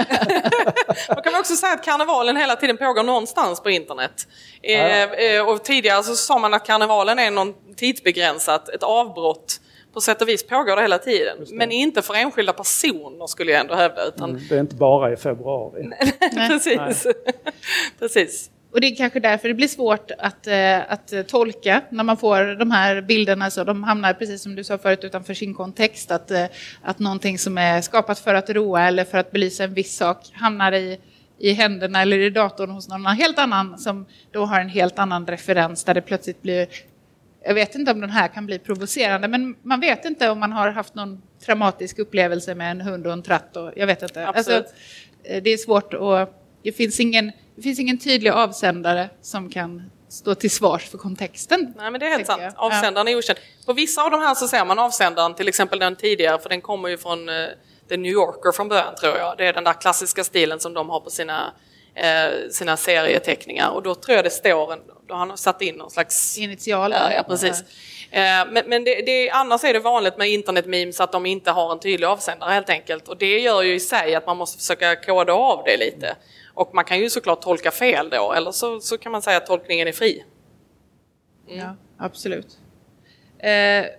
då kan man också säga att karnevalen hela tiden pågår någonstans på internet. Eh, eh, och tidigare så sa man att karnevalen är någon tidsbegränsat, ett avbrott. På sätt och vis pågår det hela tiden. Det. Men inte för enskilda personer skulle jag ändå hävda. Utan... Mm, det är inte bara i februari. Precis. Nej. Precis. Och det är kanske därför det blir svårt att, att tolka när man får de här bilderna. Så de hamnar, precis som du sa förut, utanför sin kontext. Att, att någonting som är skapat för att roa eller för att belysa en viss sak hamnar i, i händerna eller i datorn hos någon helt annan som då har en helt annan referens där det plötsligt blir... Jag vet inte om den här kan bli provocerande, men man vet inte om man har haft någon traumatisk upplevelse med en hund och en tratt. Och jag vet inte. Alltså, det är svårt och det finns ingen, det finns ingen tydlig avsändare som kan stå till svars för kontexten. Nej, men det är helt sant. Jag. Avsändaren är okänd. På vissa av de här så ser man avsändaren, till exempel den tidigare, för den kommer ju från uh, The New Yorker från början tror jag. Det är den där klassiska stilen som de har på sina... sina serieteckningar och då tror jag det står en, då har han satt in någon slags initial. Ja, ja precis. Mm. Men, men det, det, annars är det vanligt med internetmemes att de inte har en tydlig avsändare helt enkelt och det gör ju i sig att man måste försöka koda av det lite och man kan ju såklart tolka fel då eller så, så kan man säga att tolkningen är fri. Mm. Ja, absolut. Eh,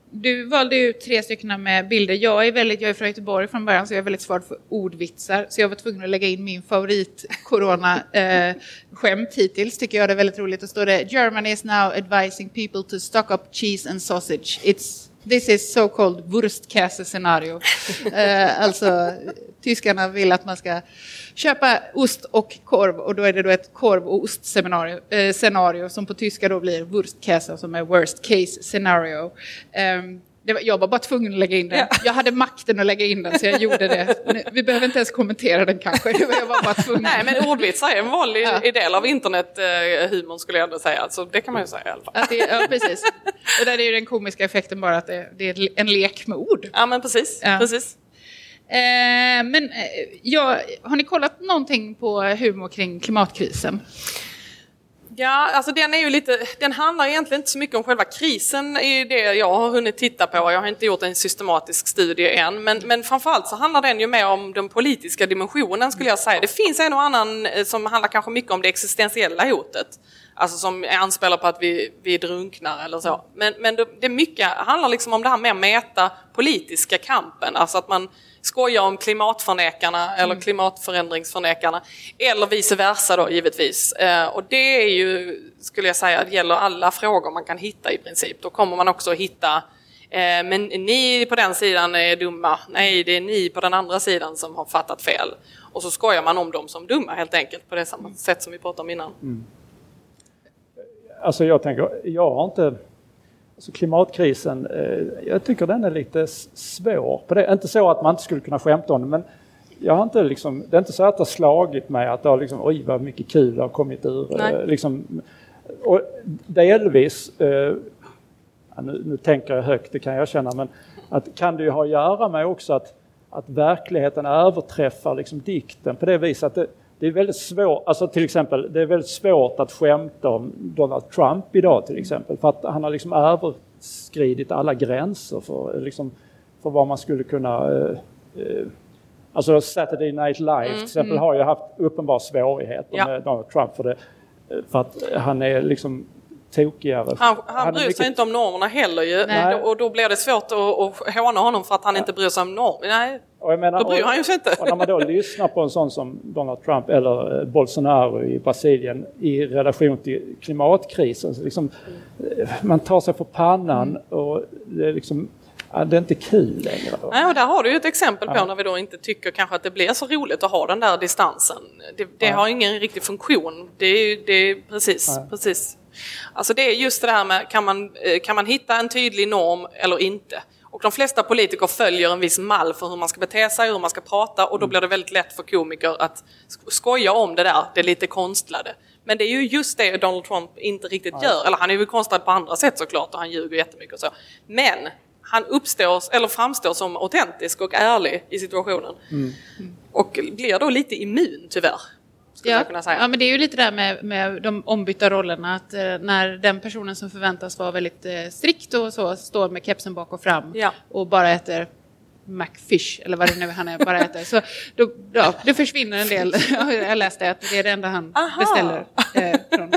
du valde ut tre stycken med bilder. Jag är väldigt, jag är från Göteborg från början, så jag är väldigt svårt för ordvitsar. Så jag var tvungen att lägga in min favorit corona-skämt eh, hittills. Tycker jag det är väldigt roligt. Och står det: Germany is now advising people to stock up cheese and sausage. It's This is so-called Wurstkäse-scenario. eh, alltså, tyskarna vill att man ska köpa ost och korv. Och då är det då ett korv- och ostscenario eh, scenario, som på tyska då blir Wurstkäse, som är worst case scenario. Um, det var, jag var bara tvungen att lägga in den. Ja. Jag hade makten att lägga in den, så jag gjorde det. Vi behöver inte ens kommentera den kanske. Jag var bara tvungen. Nej, men ordvitsar är en vanlig ja. del av internethumorn, skulle jag ändå säga. Alltså, det kan man ju säga i alla fall. Att det, ja, precis. Och där är ju den komiska effekten bara att det, det är en lek med ord. Ja, men precis. Ja. precis. Eh, men eh, ja, har ni kollat någonting på humor kring klimatkrisen? Ja, alltså den är ju lite, den handlar egentligen inte så mycket om själva krisen, är det jag har hunnit titta på. Jag har inte gjort en systematisk studie än, men, men framförallt så handlar den ju mer om den politiska dimensionen, skulle jag säga. Det finns en och annan som handlar kanske mycket om det existentiella hotet. Alltså som anspelar på att vi, vi drunknar eller så. Men, men det, det mycket handlar liksom om det här med meta politiska kampen. Alltså att man skojar om klimatförnekarna eller mm. klimatförändringsförnekarna. Eller vice versa då, givetvis. Eh, och det är ju, skulle jag säga, det gäller alla frågor man kan hitta i princip. Då kommer man också hitta, eh, men ni på den sidan är dumma. Nej, det är ni på den andra sidan som har fattat fel. Och så skojar man om dem som dumma, helt enkelt, på det samma sätt som vi pratade om innan. Mm. Alltså jag tänker, jag har inte... Alltså klimatkrisen, eh, jag tycker den är lite svår. På det. Inte så att man inte skulle kunna skämta om det, men jag har inte liksom, det är inte så att det har slagit mig att det har liksom, oj vad mycket kul det har kommit ur. Eh, liksom, och delvis, eh, nu, nu tänker jag högt, det kan jag känna, men att kan det ju ha att göra med också att, att verkligheten överträffar liksom dikten på det viset att det, det är väldigt svårt, alltså till exempel, det är väldigt svårt att skämta om Donald Trump idag till exempel, för att han har liksom överskridit alla gränser för, liksom, för vad man skulle kunna, eh, eh, alltså Saturday Night Live mm, till exempel mm. har ju haft uppenbar svårigheter ja. med Donald Trump för det, för att han är liksom tokigare. Han, han, han bryr mycket... sig inte om normerna heller ju. Nej. Och då blir det svårt att, att håna honom för att han ja. inte bryr sig om normer. Nej, och jag menar, då bryr och, han ju sig inte. Och när man då lyssnar på en sån som Donald Trump eller Bolsonaro i Brasilien i relation till klimatkrisen, så liksom, man tar sig på pannan mm. och det är liksom, det är inte kul längre. Då. Nej, och där har du ju ett exempel på ja. när vi då inte tycker kanske att det blir så roligt att ha den där distansen. Det, det ja. har ingen riktig funktion. Det är, det är precis, ja. precis. Alltså det är just det här med, kan man, kan man hitta en tydlig norm eller inte? Och de flesta politiker följer en viss mall för hur man ska bete sig, hur man ska prata, och då blir det väldigt lätt för komiker att skoja om det där, det är lite konstlade. Men det är ju just det Donald Trump inte riktigt ja. gör. Eller han är ju konstlad på andra sätt såklart, och han ljuger jättemycket och så. Men han uppstår, eller framstår som autentisk och ärlig i situationen. Mm. Och blir då lite immun tyvärr. Ja. ja, men det är ju lite där med, med de ombytta rollerna, att eh, när den personen som förväntas vara väldigt eh, strikt och så står med kepsen bak och fram ja. och bara äter McFish eller vad det nu han är, bara äter, så då, ja, det försvinner en del. Jag läste att det är det enda han Aha. beställer eh, från.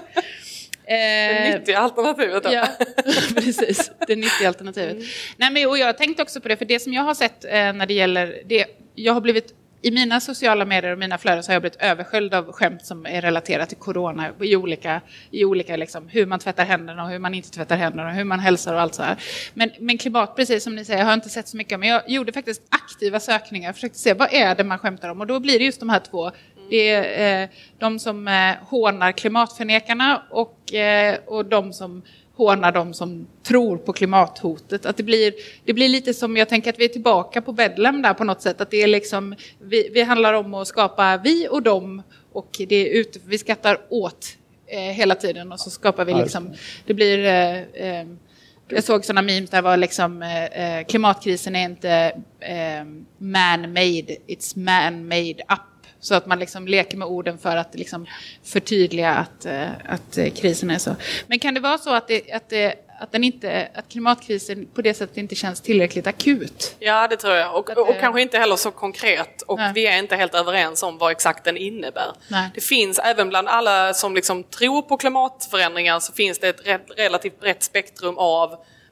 Det nyttiga alternativet då. Ja, precis. Det nyttiga alternativet. Mm. Nej, men, och jag tänkte också på det, för det som jag har sett eh, när det gäller det, jag har blivit i mina sociala medier och mina flöden så har jag blivit översköljd av skämt som är relaterat till corona i olika, i olika liksom, hur man tvättar händerna och hur man inte tvättar händerna och hur man hälsar och allt så här. Men, men klimat, precis som ni säger, jag har inte sett så mycket, men jag gjorde faktiskt aktiva sökningar och försökte se vad är det man skämtar om, och då blir det just de här två. Det är eh, de som eh, hånar klimatförnekarna och, eh, och de som hånar de som tror på klimathotet. Att det blir, det blir lite som, jag tänker att vi är tillbaka på Bedlam där på något sätt. Att det är liksom, vi, vi handlar om att skapa vi och dem, och det är ute, vi skattar åt eh, hela tiden, och så skapar vi liksom, det blir, eh, eh, jag såg sådana memes där var liksom, eh, klimatkrisen är inte eh, man-made, it's man-made up. Så att man liksom leker med orden för att liksom förtydliga att, att krisen är så. Men kan det vara så att, det, att, det, att, den inte, att klimatkrisen på det sättet inte känns tillräckligt akut? Ja, det tror jag. Och, och, och kanske inte heller så konkret. Och nej. vi är inte helt överens om vad exakt den innebär. Nej. Det finns, även bland alla som liksom tror på klimatförändringar, så finns det ett relativt brett spektrum av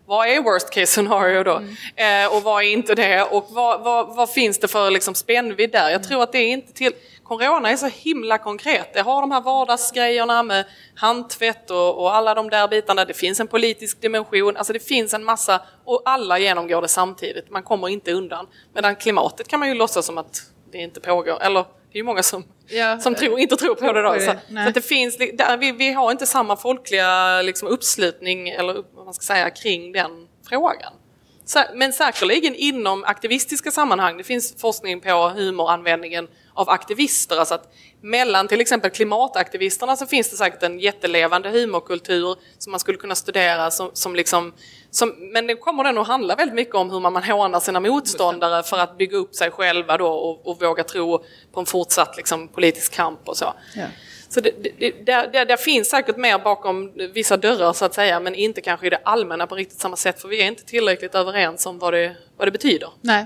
vad är worst case scenario då? Mm. Eh, och vad är inte det? Och vad, vad, vad finns det för liksom spännvidd där? Jag tror att det är inte till... Corona är så himla konkret. Det har de här vardagsgrejerna med handtvätt och, och alla de där bitarna. Det finns en politisk dimension. Alltså det finns en massa och alla genomgår det samtidigt. Man kommer inte undan. Medan klimatet kan man ju låtsas som att det inte pågår. Eller det är ju många som, ja, som tror, inte tror på det då. Så, så att det finns, där, vi, vi har inte samma folkliga liksom, uppslutning eller vad man ska säga kring den frågan. Men säkerligen inom aktivistiska sammanhang. Det finns forskning på humoranvändningen av aktivister. Alltså att mellan till exempel klimataktivisterna så finns det säkert en jättelevande humorkultur som man skulle kunna studera. Som, som liksom, som, men det kommer den att handla väldigt mycket om hur man, man hånar sina motståndare för att bygga upp sig själva då och, och våga tro på en fortsatt liksom, politisk kamp och så. Ja. Så det, det, där, där, där finns säkert mer bakom vissa dörrar så att säga, men inte kanske i det allmänna på riktigt samma sätt, för vi är inte tillräckligt överens om vad det, vad det betyder. Nej,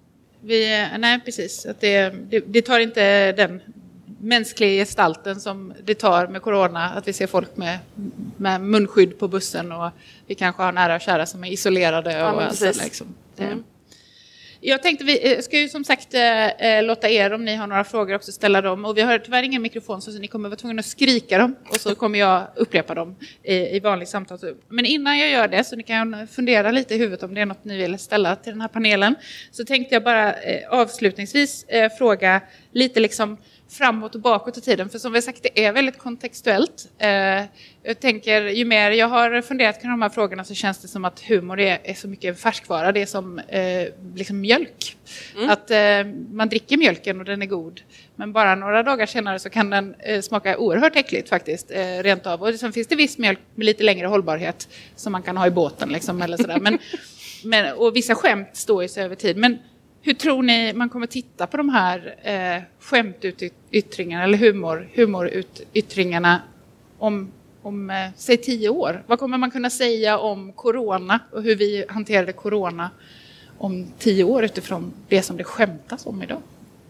vi, nej precis. Att det, det, det tar inte den mänskliga gestalten som det tar med corona, att vi ser folk med, med munskydd på bussen och vi kanske har nära och kära som är isolerade. Ja, och alltså, liksom. mm. Jag tänkte, vi ska ju som sagt eh, låta er, om ni har några frågor också, ställa dem. Och vi har tyvärr ingen mikrofon så ni kommer vara tvungna att skrika dem. Och så kommer jag upprepa dem i, i vanlig samtal. Men innan jag gör det, så ni kan fundera lite i huvudet om det är något ni vill ställa till den här panelen. Så tänkte jag bara eh, avslutningsvis eh, fråga lite liksom framåt och bakåt i tiden. För som vi har sagt, det är väldigt kontextuellt. Eh, jag tänker, ju mer jag har funderat kring de här frågorna så känns det som att humor är, är så mycket färskvara. Det är som eh, liksom mjölk. Mm. Att eh, man dricker mjölken och den är god. Men bara några dagar senare så kan den eh, smaka oerhört äckligt faktiskt. Eh, rent av. Och sen finns det viss mjölk med lite längre hållbarhet som man kan ha i båten. Liksom, eller sådär. Men, men, och vissa skämt står ju sig över tid. Men hur tror ni man kommer titta på de här eh, skämtutyttringarna eller humor, humoryttringarna om, om eh, säg tio år? Vad kommer man kunna säga om corona och hur vi hanterade corona om tio år utifrån det som det skämtas om idag?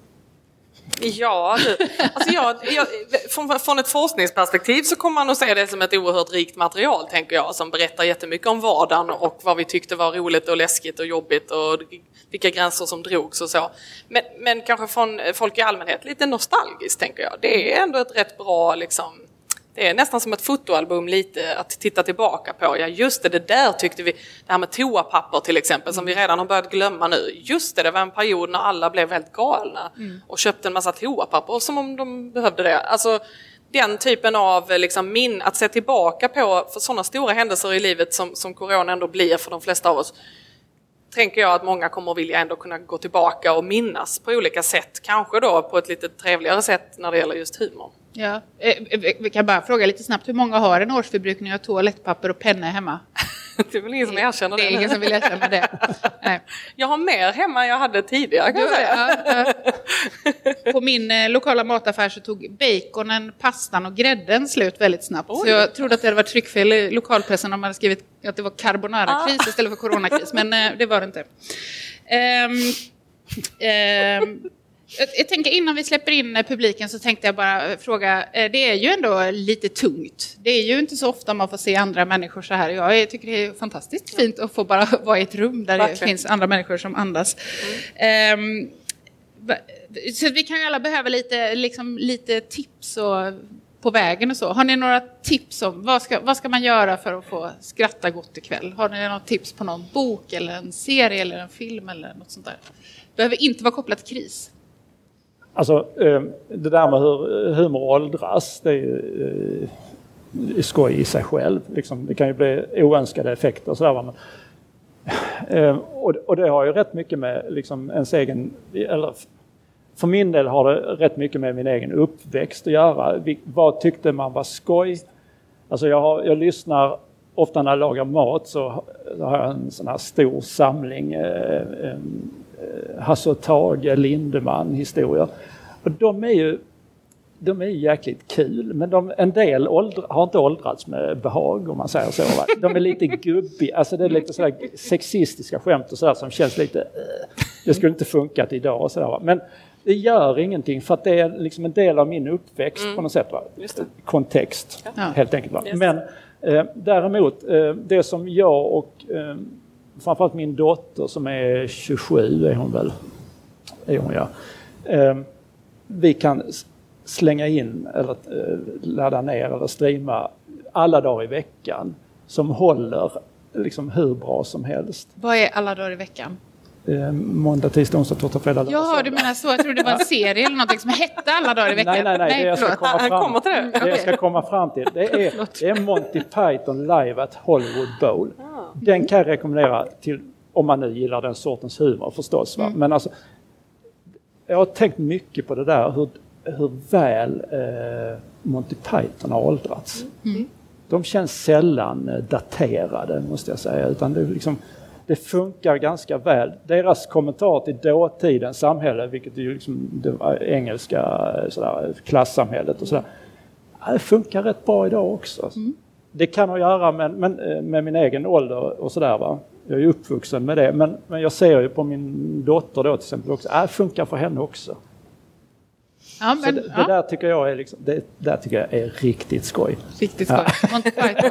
Ja, alltså jag, jag, från, från ett forskningsperspektiv så kommer man att se det som ett oerhört rikt material, tänker jag, som berättar jättemycket om vardagen och vad vi tyckte var roligt och läskigt och jobbigt och vilka gränser som drogs och så. Men, men kanske från folk i allmänhet lite nostalgiskt, tänker jag. Det är ändå ett rätt bra liksom, det är nästan som ett fotoalbum lite att titta tillbaka på. Ja, just det, det där tyckte vi, det här med toapapper till exempel, som vi redan har börjat glömma nu. Just det, det var en period när alla blev helt galna mm. och köpte en massa toapapper som om de behövde det. Alltså den typen av liksom min, att se tillbaka på för sådana stora händelser i livet som, som corona ändå blir för de flesta av oss. Tänker jag att många kommer att vilja ändå kunna gå tillbaka och minnas på olika sätt. Kanske då på ett lite trevligare sätt när det gäller just humor. Ja, vi kan bara fråga lite snabbt. Hur många har en årsförbrukning av toalettpapper och penna hemma? Det är väl ingen som erkänner det. Det är ingen som vill erkänna det. Nej. Jag har mer hemma än jag hade tidigare, kan jag säga. Ja, ja. På min eh, lokala mataffär så tog baconen, pastan och grädden slut väldigt snabbt. Oj. Så jag trodde att det hade varit tryckfel i lokalpressen om man hade skrivit att det var carbonara-kris ah. istället för coronakris. Men eh, det var det inte. Um, um, Jag tänker innan vi släpper in publiken så tänkte jag bara fråga, det är ju ändå lite tungt. Det är ju inte så ofta man får se andra människor så här. Jag tycker det är fantastiskt fint att få bara vara i ett rum där Verkligen. Det finns andra människor som andas. Mm. Um, så vi kan ju alla behöva lite, liksom, lite tips och, på vägen och så. Har ni några tips om vad ska, vad ska man göra för att få skratta gott ikväll? Har ni några tips på någon bok eller en serie eller en film eller något sånt där? Behöver inte vara kopplat till kris. Alltså det där med hur humor åldras, det är ju skoj i sig själv. Liksom, det kan ju bli oönskade effekter och sådär. Och det har ju rätt mycket med liksom ens egen, eller för min del har det rätt mycket med min egen uppväxt att göra. Vad tyckte man var skoj? Alltså jag, har, jag lyssnar ofta när jag lagar mat, så har jag en sån här stor samling eh, eh, Hasse och Tage, Lindemann historier. Och de är ju de är jäkligt kul, men de, en del åldra, har inte åldrats med behag, om man säger så. Va? De är lite gubbiga, alltså det är lite sådär sexistiska skämt och sådär som känns lite, äh, det skulle inte funkat idag och sådär. Va? Men det gör ingenting för att det är liksom en del av min uppväxt mm. på något sätt. Va? Kontext, ja. helt enkelt. Va? Men Eh, däremot, eh, det som jag och eh, framförallt min dotter som är tjugosju är hon väl, är hon ja. Eh, vi kan slänga in eller eh, ladda ner eller streama alla dagar i veckan som håller liksom hur bra som helst. Vad är alla dagar i veckan? Eh, måndag, tisdag, onsdag, torsdag, fredag, lördag, Jaha, du menar så. Jag trodde det var en serie eller något som hette alla dagar i veckan. Nej, nej, nej. nej det jag ska komma fram, kommer till det. det jag ska komma fram till. Det är, det är Monty Python live at Hollywood Bowl. Den kan jag rekommendera till, om man nu gillar den sortens humor förstås. Va? Mm. Men alltså, jag har tänkt mycket på det där. Hur, hur väl eh, Monty Python har åldrats. Mm. De känns sällan eh, daterade, måste jag säga. Utan det är liksom... Det funkar ganska väl. Deras kommentar till dåtidens samhälle, vilket är ju liksom det engelska sådär, klassamhället och sådär. Det funkar rätt bra idag också. Mm. Det kan ha göra med, med, med min egen ålder och sådär va. Jag är ju uppvuxen med det. Men, men jag ser ju på min dotter då till exempel också. Det funkar för henne också. Ja, men, det, ja. det där tycker jag är liksom, det där tycker jag är riktigt skoj. Riktigt skoj. Ja.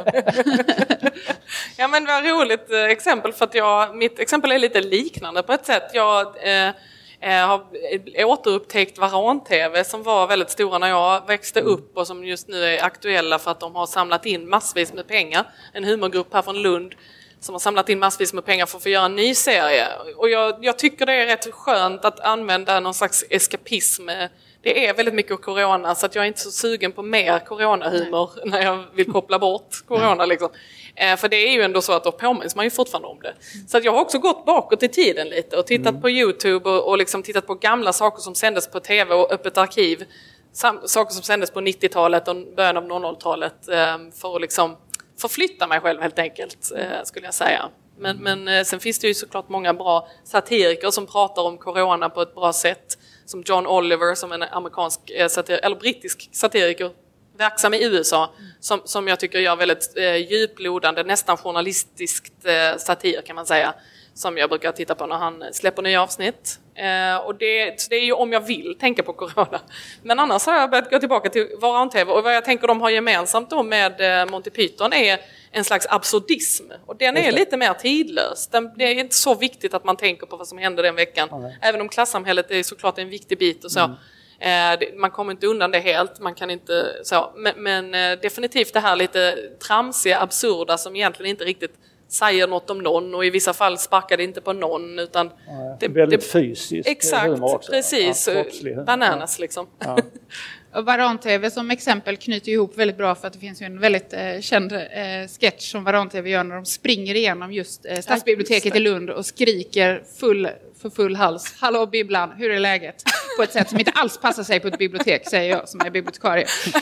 Ja, men det var ett roligt exempel för att jag, mitt exempel är lite liknande på ett sätt. Jag eh, har återupptäckt Varan-T V som var väldigt stora när jag växte upp och som just nu är aktuella för att de har samlat in massvis med pengar. En humorgrupp här från Lund som har samlat in massvis med pengar för att få göra en ny serie. Och jag, jag tycker det är rätt skönt att använda någon slags eskapism. Det är väldigt mycket corona så att jag är inte så sugen på mer coronahumor när jag vill koppla bort corona liksom. Eh, för det är ju ändå så att då påminns man ju fortfarande om det. Så att jag har också gått bakåt i tiden lite och tittat mm. på YouTube och, och liksom tittat på gamla saker som sändes på tv och öppet arkiv. Sam, saker som sändes på nittiotalet och början av noll noll-talet eh, för att liksom förflytta mig själv helt enkelt eh, skulle jag säga. Men, men eh, sen finns det ju såklart många bra satiriker som pratar om corona på ett bra sätt. Som John Oliver som en amerikansk eh, satir- eller brittisk satiriker verksam i U S A som, som jag tycker gör väldigt eh, djuplodande, nästan journalistiskt eh, satir kan man säga. Som jag brukar titta på när han släpper nya avsnitt. Eh, och det, det är ju om jag vill tänka på corona. Men annars har jag börjat gå tillbaka till Varan-T V. Och vad jag tänker de har gemensamt då med eh, Monty Python är en slags absurdism. Och den är lite mer tidlös. Den, det är inte så viktigt att man tänker på vad som hände den veckan. Mm. Även om klassamhället är såklart en viktig bit och så. Mm. Eh, det, man kommer inte undan det helt. Man kan inte så. Men, men eh, definitivt det här lite tramsiga, absurda som egentligen inte riktigt säger något om någon och i vissa fall sparkar det inte på någon utan ja, det är väldigt det, fysiskt. Exakt, precis. Ja, bananas liksom. Ja. Och Varan-T V som exempel knyter ihop väldigt bra för att det finns ju en väldigt eh, känd eh, sketch som Varan-T V gör när de springer igenom just eh, stadsbiblioteket i Lund och skriker full, för full hals. Hallå bibblan, hur är läget? På ett sätt som inte alls passar sig på ett bibliotek, säger jag som är bibliotekarie.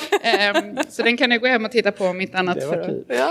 Um, så den kan ni gå hem och titta på om inte annat. Det var kul. Ja.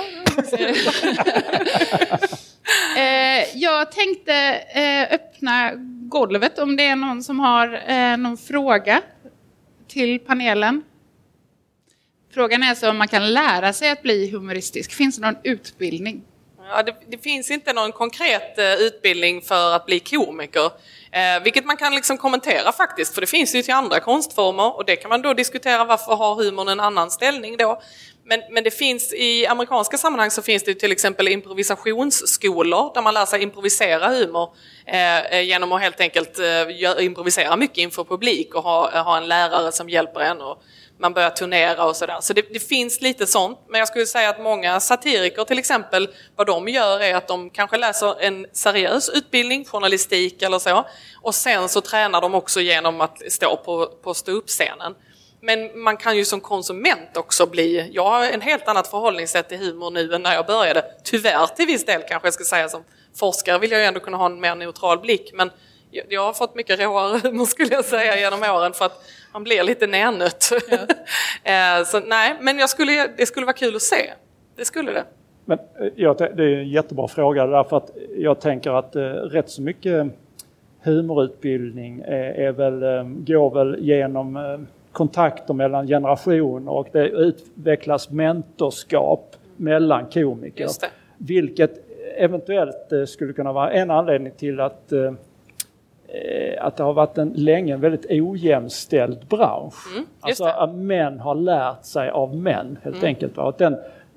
uh, jag tänkte uh, öppna golvet om det är någon som har uh, någon fråga till panelen. Frågan är så om man kan lära sig att bli humoristisk. Finns det någon utbildning? Ja, det, det finns inte någon konkret eh, utbildning för att bli komiker. Eh, vilket man kan liksom kommentera faktiskt. För det finns ju till andra konstformer. Och det kan man då diskutera varför har humorn en annan ställning då. Men, men det finns i amerikanska sammanhang så finns det till exempel improvisationsskolor. Där man lär sig improvisera humor. Eh, genom att helt enkelt eh, gör, improvisera mycket inför publik. Och ha, ha en lärare som hjälper en och man börjar turnera och sådär. Så det, det finns lite sånt. Men jag skulle säga att många satiriker till exempel, vad de gör är att de kanske läser en seriös utbildning, journalistik eller så. Och sen så tränar de också genom att stå på, på ståuppscenen. Men man kan ju som konsument också bli... Jag har en helt annat förhållningssätt till humor nu än när jag började. Tyvärr till viss del kanske jag ska säga. Som forskare vill jag ju ändå kunna ha en mer neutral blick. Men jag har fått mycket råare humor skulle jag säga genom åren för att man blir lite närnött. Ja. Så nej, men jag skulle, det skulle vara kul att se. Det skulle det. Men ja, det är en jättebra fråga därför att jag tänker att eh, rätt så mycket humorutbildning är, är väl, eh, går väl genom eh, kontakter mellan generationer och det utvecklas mentorskap mellan komiker. Just det. Vilket eventuellt eh, skulle kunna vara en anledning till att eh, att det har varit en länge en väldigt ojämställd bransch. Mm, alltså att män har lärt sig av män helt mm. enkelt. Att den,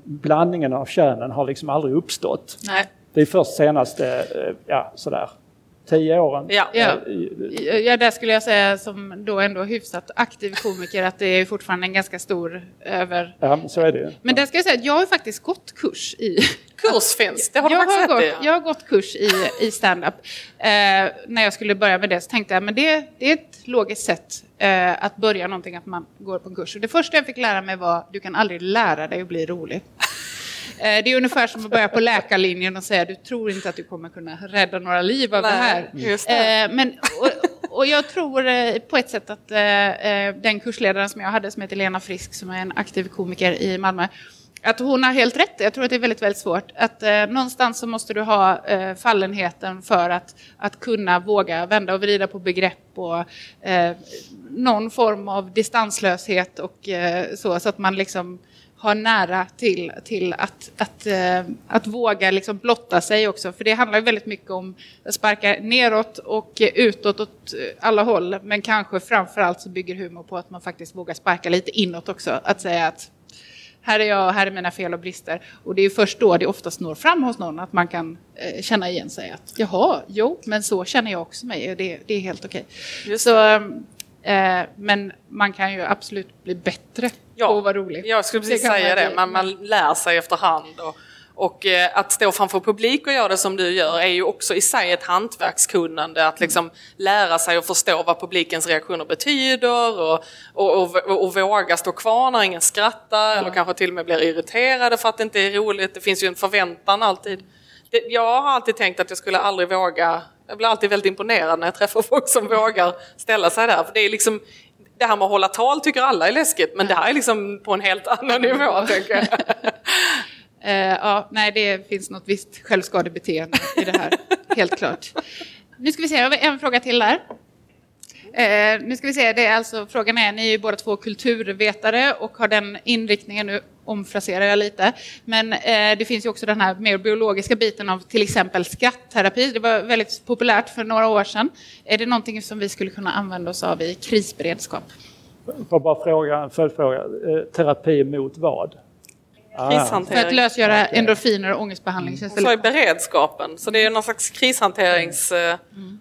blandningen av könen har liksom aldrig uppstått. Nej. Det är först senaste, ja sådär, tio åren. Ja. Ja. Ja, där skulle jag säga som då ändå hyfsat aktiv komiker att det är fortfarande en ganska stor över... Ja, så är det ju. Men där ska jag säga att jag har faktiskt gått kurs i... Kurs finns, det har du jag faktiskt har rätt gått, i. Jag har gått kurs i, i stand-up. Eh, när jag skulle börja med det så tänkte jag men det, det är ett logiskt sätt eh, att börja någonting, att man går på en kurs. Och det första jag fick lära mig var du kan aldrig lära dig att bli rolig. Eh, det är ungefär som att börja på läkarlinjen och säga du tror inte att du kommer kunna rädda några liv av Nej, det här. just det. Eh, men, och, och jag tror eh, på ett sätt att eh, den kursledaren som jag hade som heter Lena Frisk som är en aktiv komiker i Malmö, att hon har helt rätt. Jag tror att det är väldigt, väldigt svårt. Att eh, någonstans så måste du ha eh, fallenheten för att, att kunna våga vända och vrida på begrepp och eh, någon form av distanslöshet och eh, så, så att man liksom har nära till, till att, att, eh, att våga liksom blotta sig också. För det handlar ju väldigt mycket om att sparka neråt och utåt åt alla håll. Men kanske framförallt så bygger humor på att man faktiskt vågar sparka lite inåt också. Att säga att här är jag, här är mina fel och brister. Och det är ju först då det oftast når fram hos någon att man kan eh, känna igen sig. Att jaha, jo, men så känner jag också mig. Det, det är helt okej. Så, eh, men man kan ju absolut bli bättre Ja, på att vara rolig. Jag skulle precis Det kan säga man det. Man, man lär sig efterhand. Och, och eh, att stå framför publik och göra det som du gör är ju också i sig ett hantverkskunnande. Att liksom lära sig och förstå vad publikens reaktioner betyder och, och, och, och, och våga stå kvar när ingen skrattar eller kanske till och med blir irriterade för att det inte är roligt. Det finns ju en förväntan alltid. Det, jag har alltid tänkt att jag skulle aldrig våga. Jag blir alltid väldigt imponerad när jag träffar folk som vågar ställa sig där. För det är liksom... Det här med att hålla tal tycker alla är läskigt, men det här är liksom på en helt annan nivå, tänker jag. Uh, ja, nej, det finns något visst självskadebeteende i det här, helt klart. Nu ska vi se, jag har en fråga till där. Uh, nu ska vi se, det är alltså, frågan är, ni är ju båda två kulturvetare och har den inriktningen, nu omfraserar jag lite. Men uh, det finns ju också den här mer biologiska biten av till exempel skrattterapi. Det var väldigt populärt för några år sedan. Är det någonting som vi skulle kunna använda oss av i krisberedskap? Får bara fråga, en följdfråga. Eh, terapi mot vad? Krishantering. För att lösgöra endorfiner och ångestbehandling. Mm. Och så är beredskapen. Så det är någon slags krishanterings... Mm.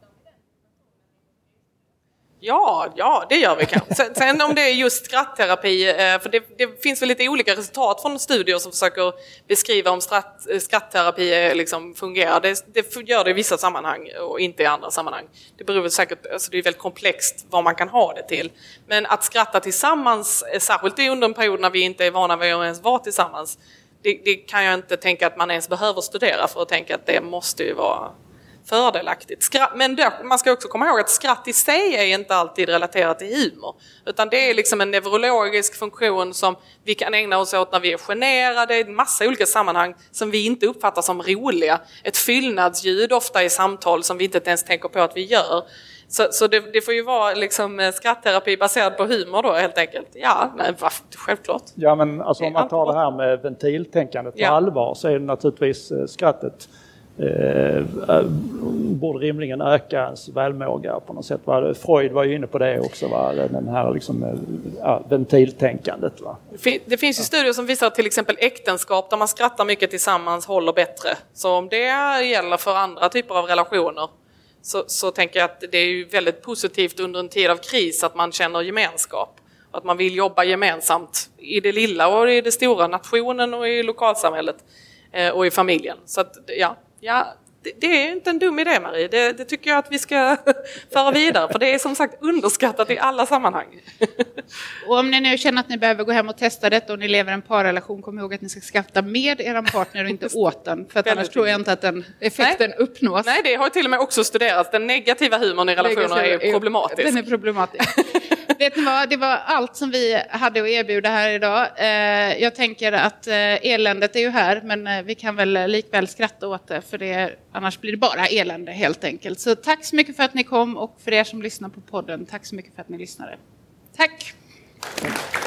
Ja, ja, det gör vi kanske. Sen, sen om det är just skrattterapi, för det, det finns väl lite olika resultat från studier som försöker beskriva om stratt, skrattterapi liksom fungerar. Det, det gör det i vissa sammanhang och inte i andra sammanhang. Det beror väl säkert, alltså det är väldigt komplext vad man kan ha det till. Men att skratta tillsammans, särskilt under en period när vi inte är vana vid att ens vara tillsammans, det, det kan jag inte tänka att man ens behöver studera för att tänka att det måste ju vara fördelaktigt. Skratt, men det, man ska också komma ihåg att skratt i sig är inte alltid relaterat till humor. Utan det är liksom en neurologisk funktion som vi kan ägna oss åt när vi är generade i en massa olika sammanhang som vi inte uppfattar som roliga. Ett fyllnadsljud ofta i samtal som vi inte ens tänker på att vi gör. Så, så det, det får ju vara liksom skrattterapi baserad på humor då helt enkelt. Ja, nej, självklart. Ja, men alltså om man tar det här med ventiltänkandet på ja. allvar så är det naturligtvis skrattet Eh, borde rimligen öka ens välmåga på något sätt. Va? Freud var ju inne på det också, va? Den här liksom, ja, ventiltänkandet. Va? Det finns ju studier som visar att till exempel äktenskap där man skrattar mycket tillsammans håller bättre. Så om det gäller för andra typer av relationer så, så tänker jag att det är ju väldigt positivt under en tid av kris att man känner gemenskap. Att man vill jobba gemensamt i det lilla och i det stora, nationen och i lokalsamhället eh, och i familjen. Så att, ja, ja det, det är inte en dum idé, Marie. Det, det tycker jag att vi ska föra vidare. För det är som sagt underskattat i alla sammanhang. Och om ni nu känner att ni behöver gå hem och testa det och ni lever i en parrelation, kom ihåg att ni ska skratta med er partner och inte åt den. För att annars tror jag inte att den effekten Nej. uppnås. Nej, det har till och med också studerats. Den negativa humorn i relationer är problematisk. Den är problematisk. Vet ni vad, det var allt som vi hade att erbjuda här idag. Jag tänker att eländet är ju här, men vi kan väl likväl skratta åt det, för det, annars blir det bara elände helt enkelt. Så tack så mycket för att ni kom, och för er som lyssnar på podden, tack så mycket för att ni lyssnade. Tack!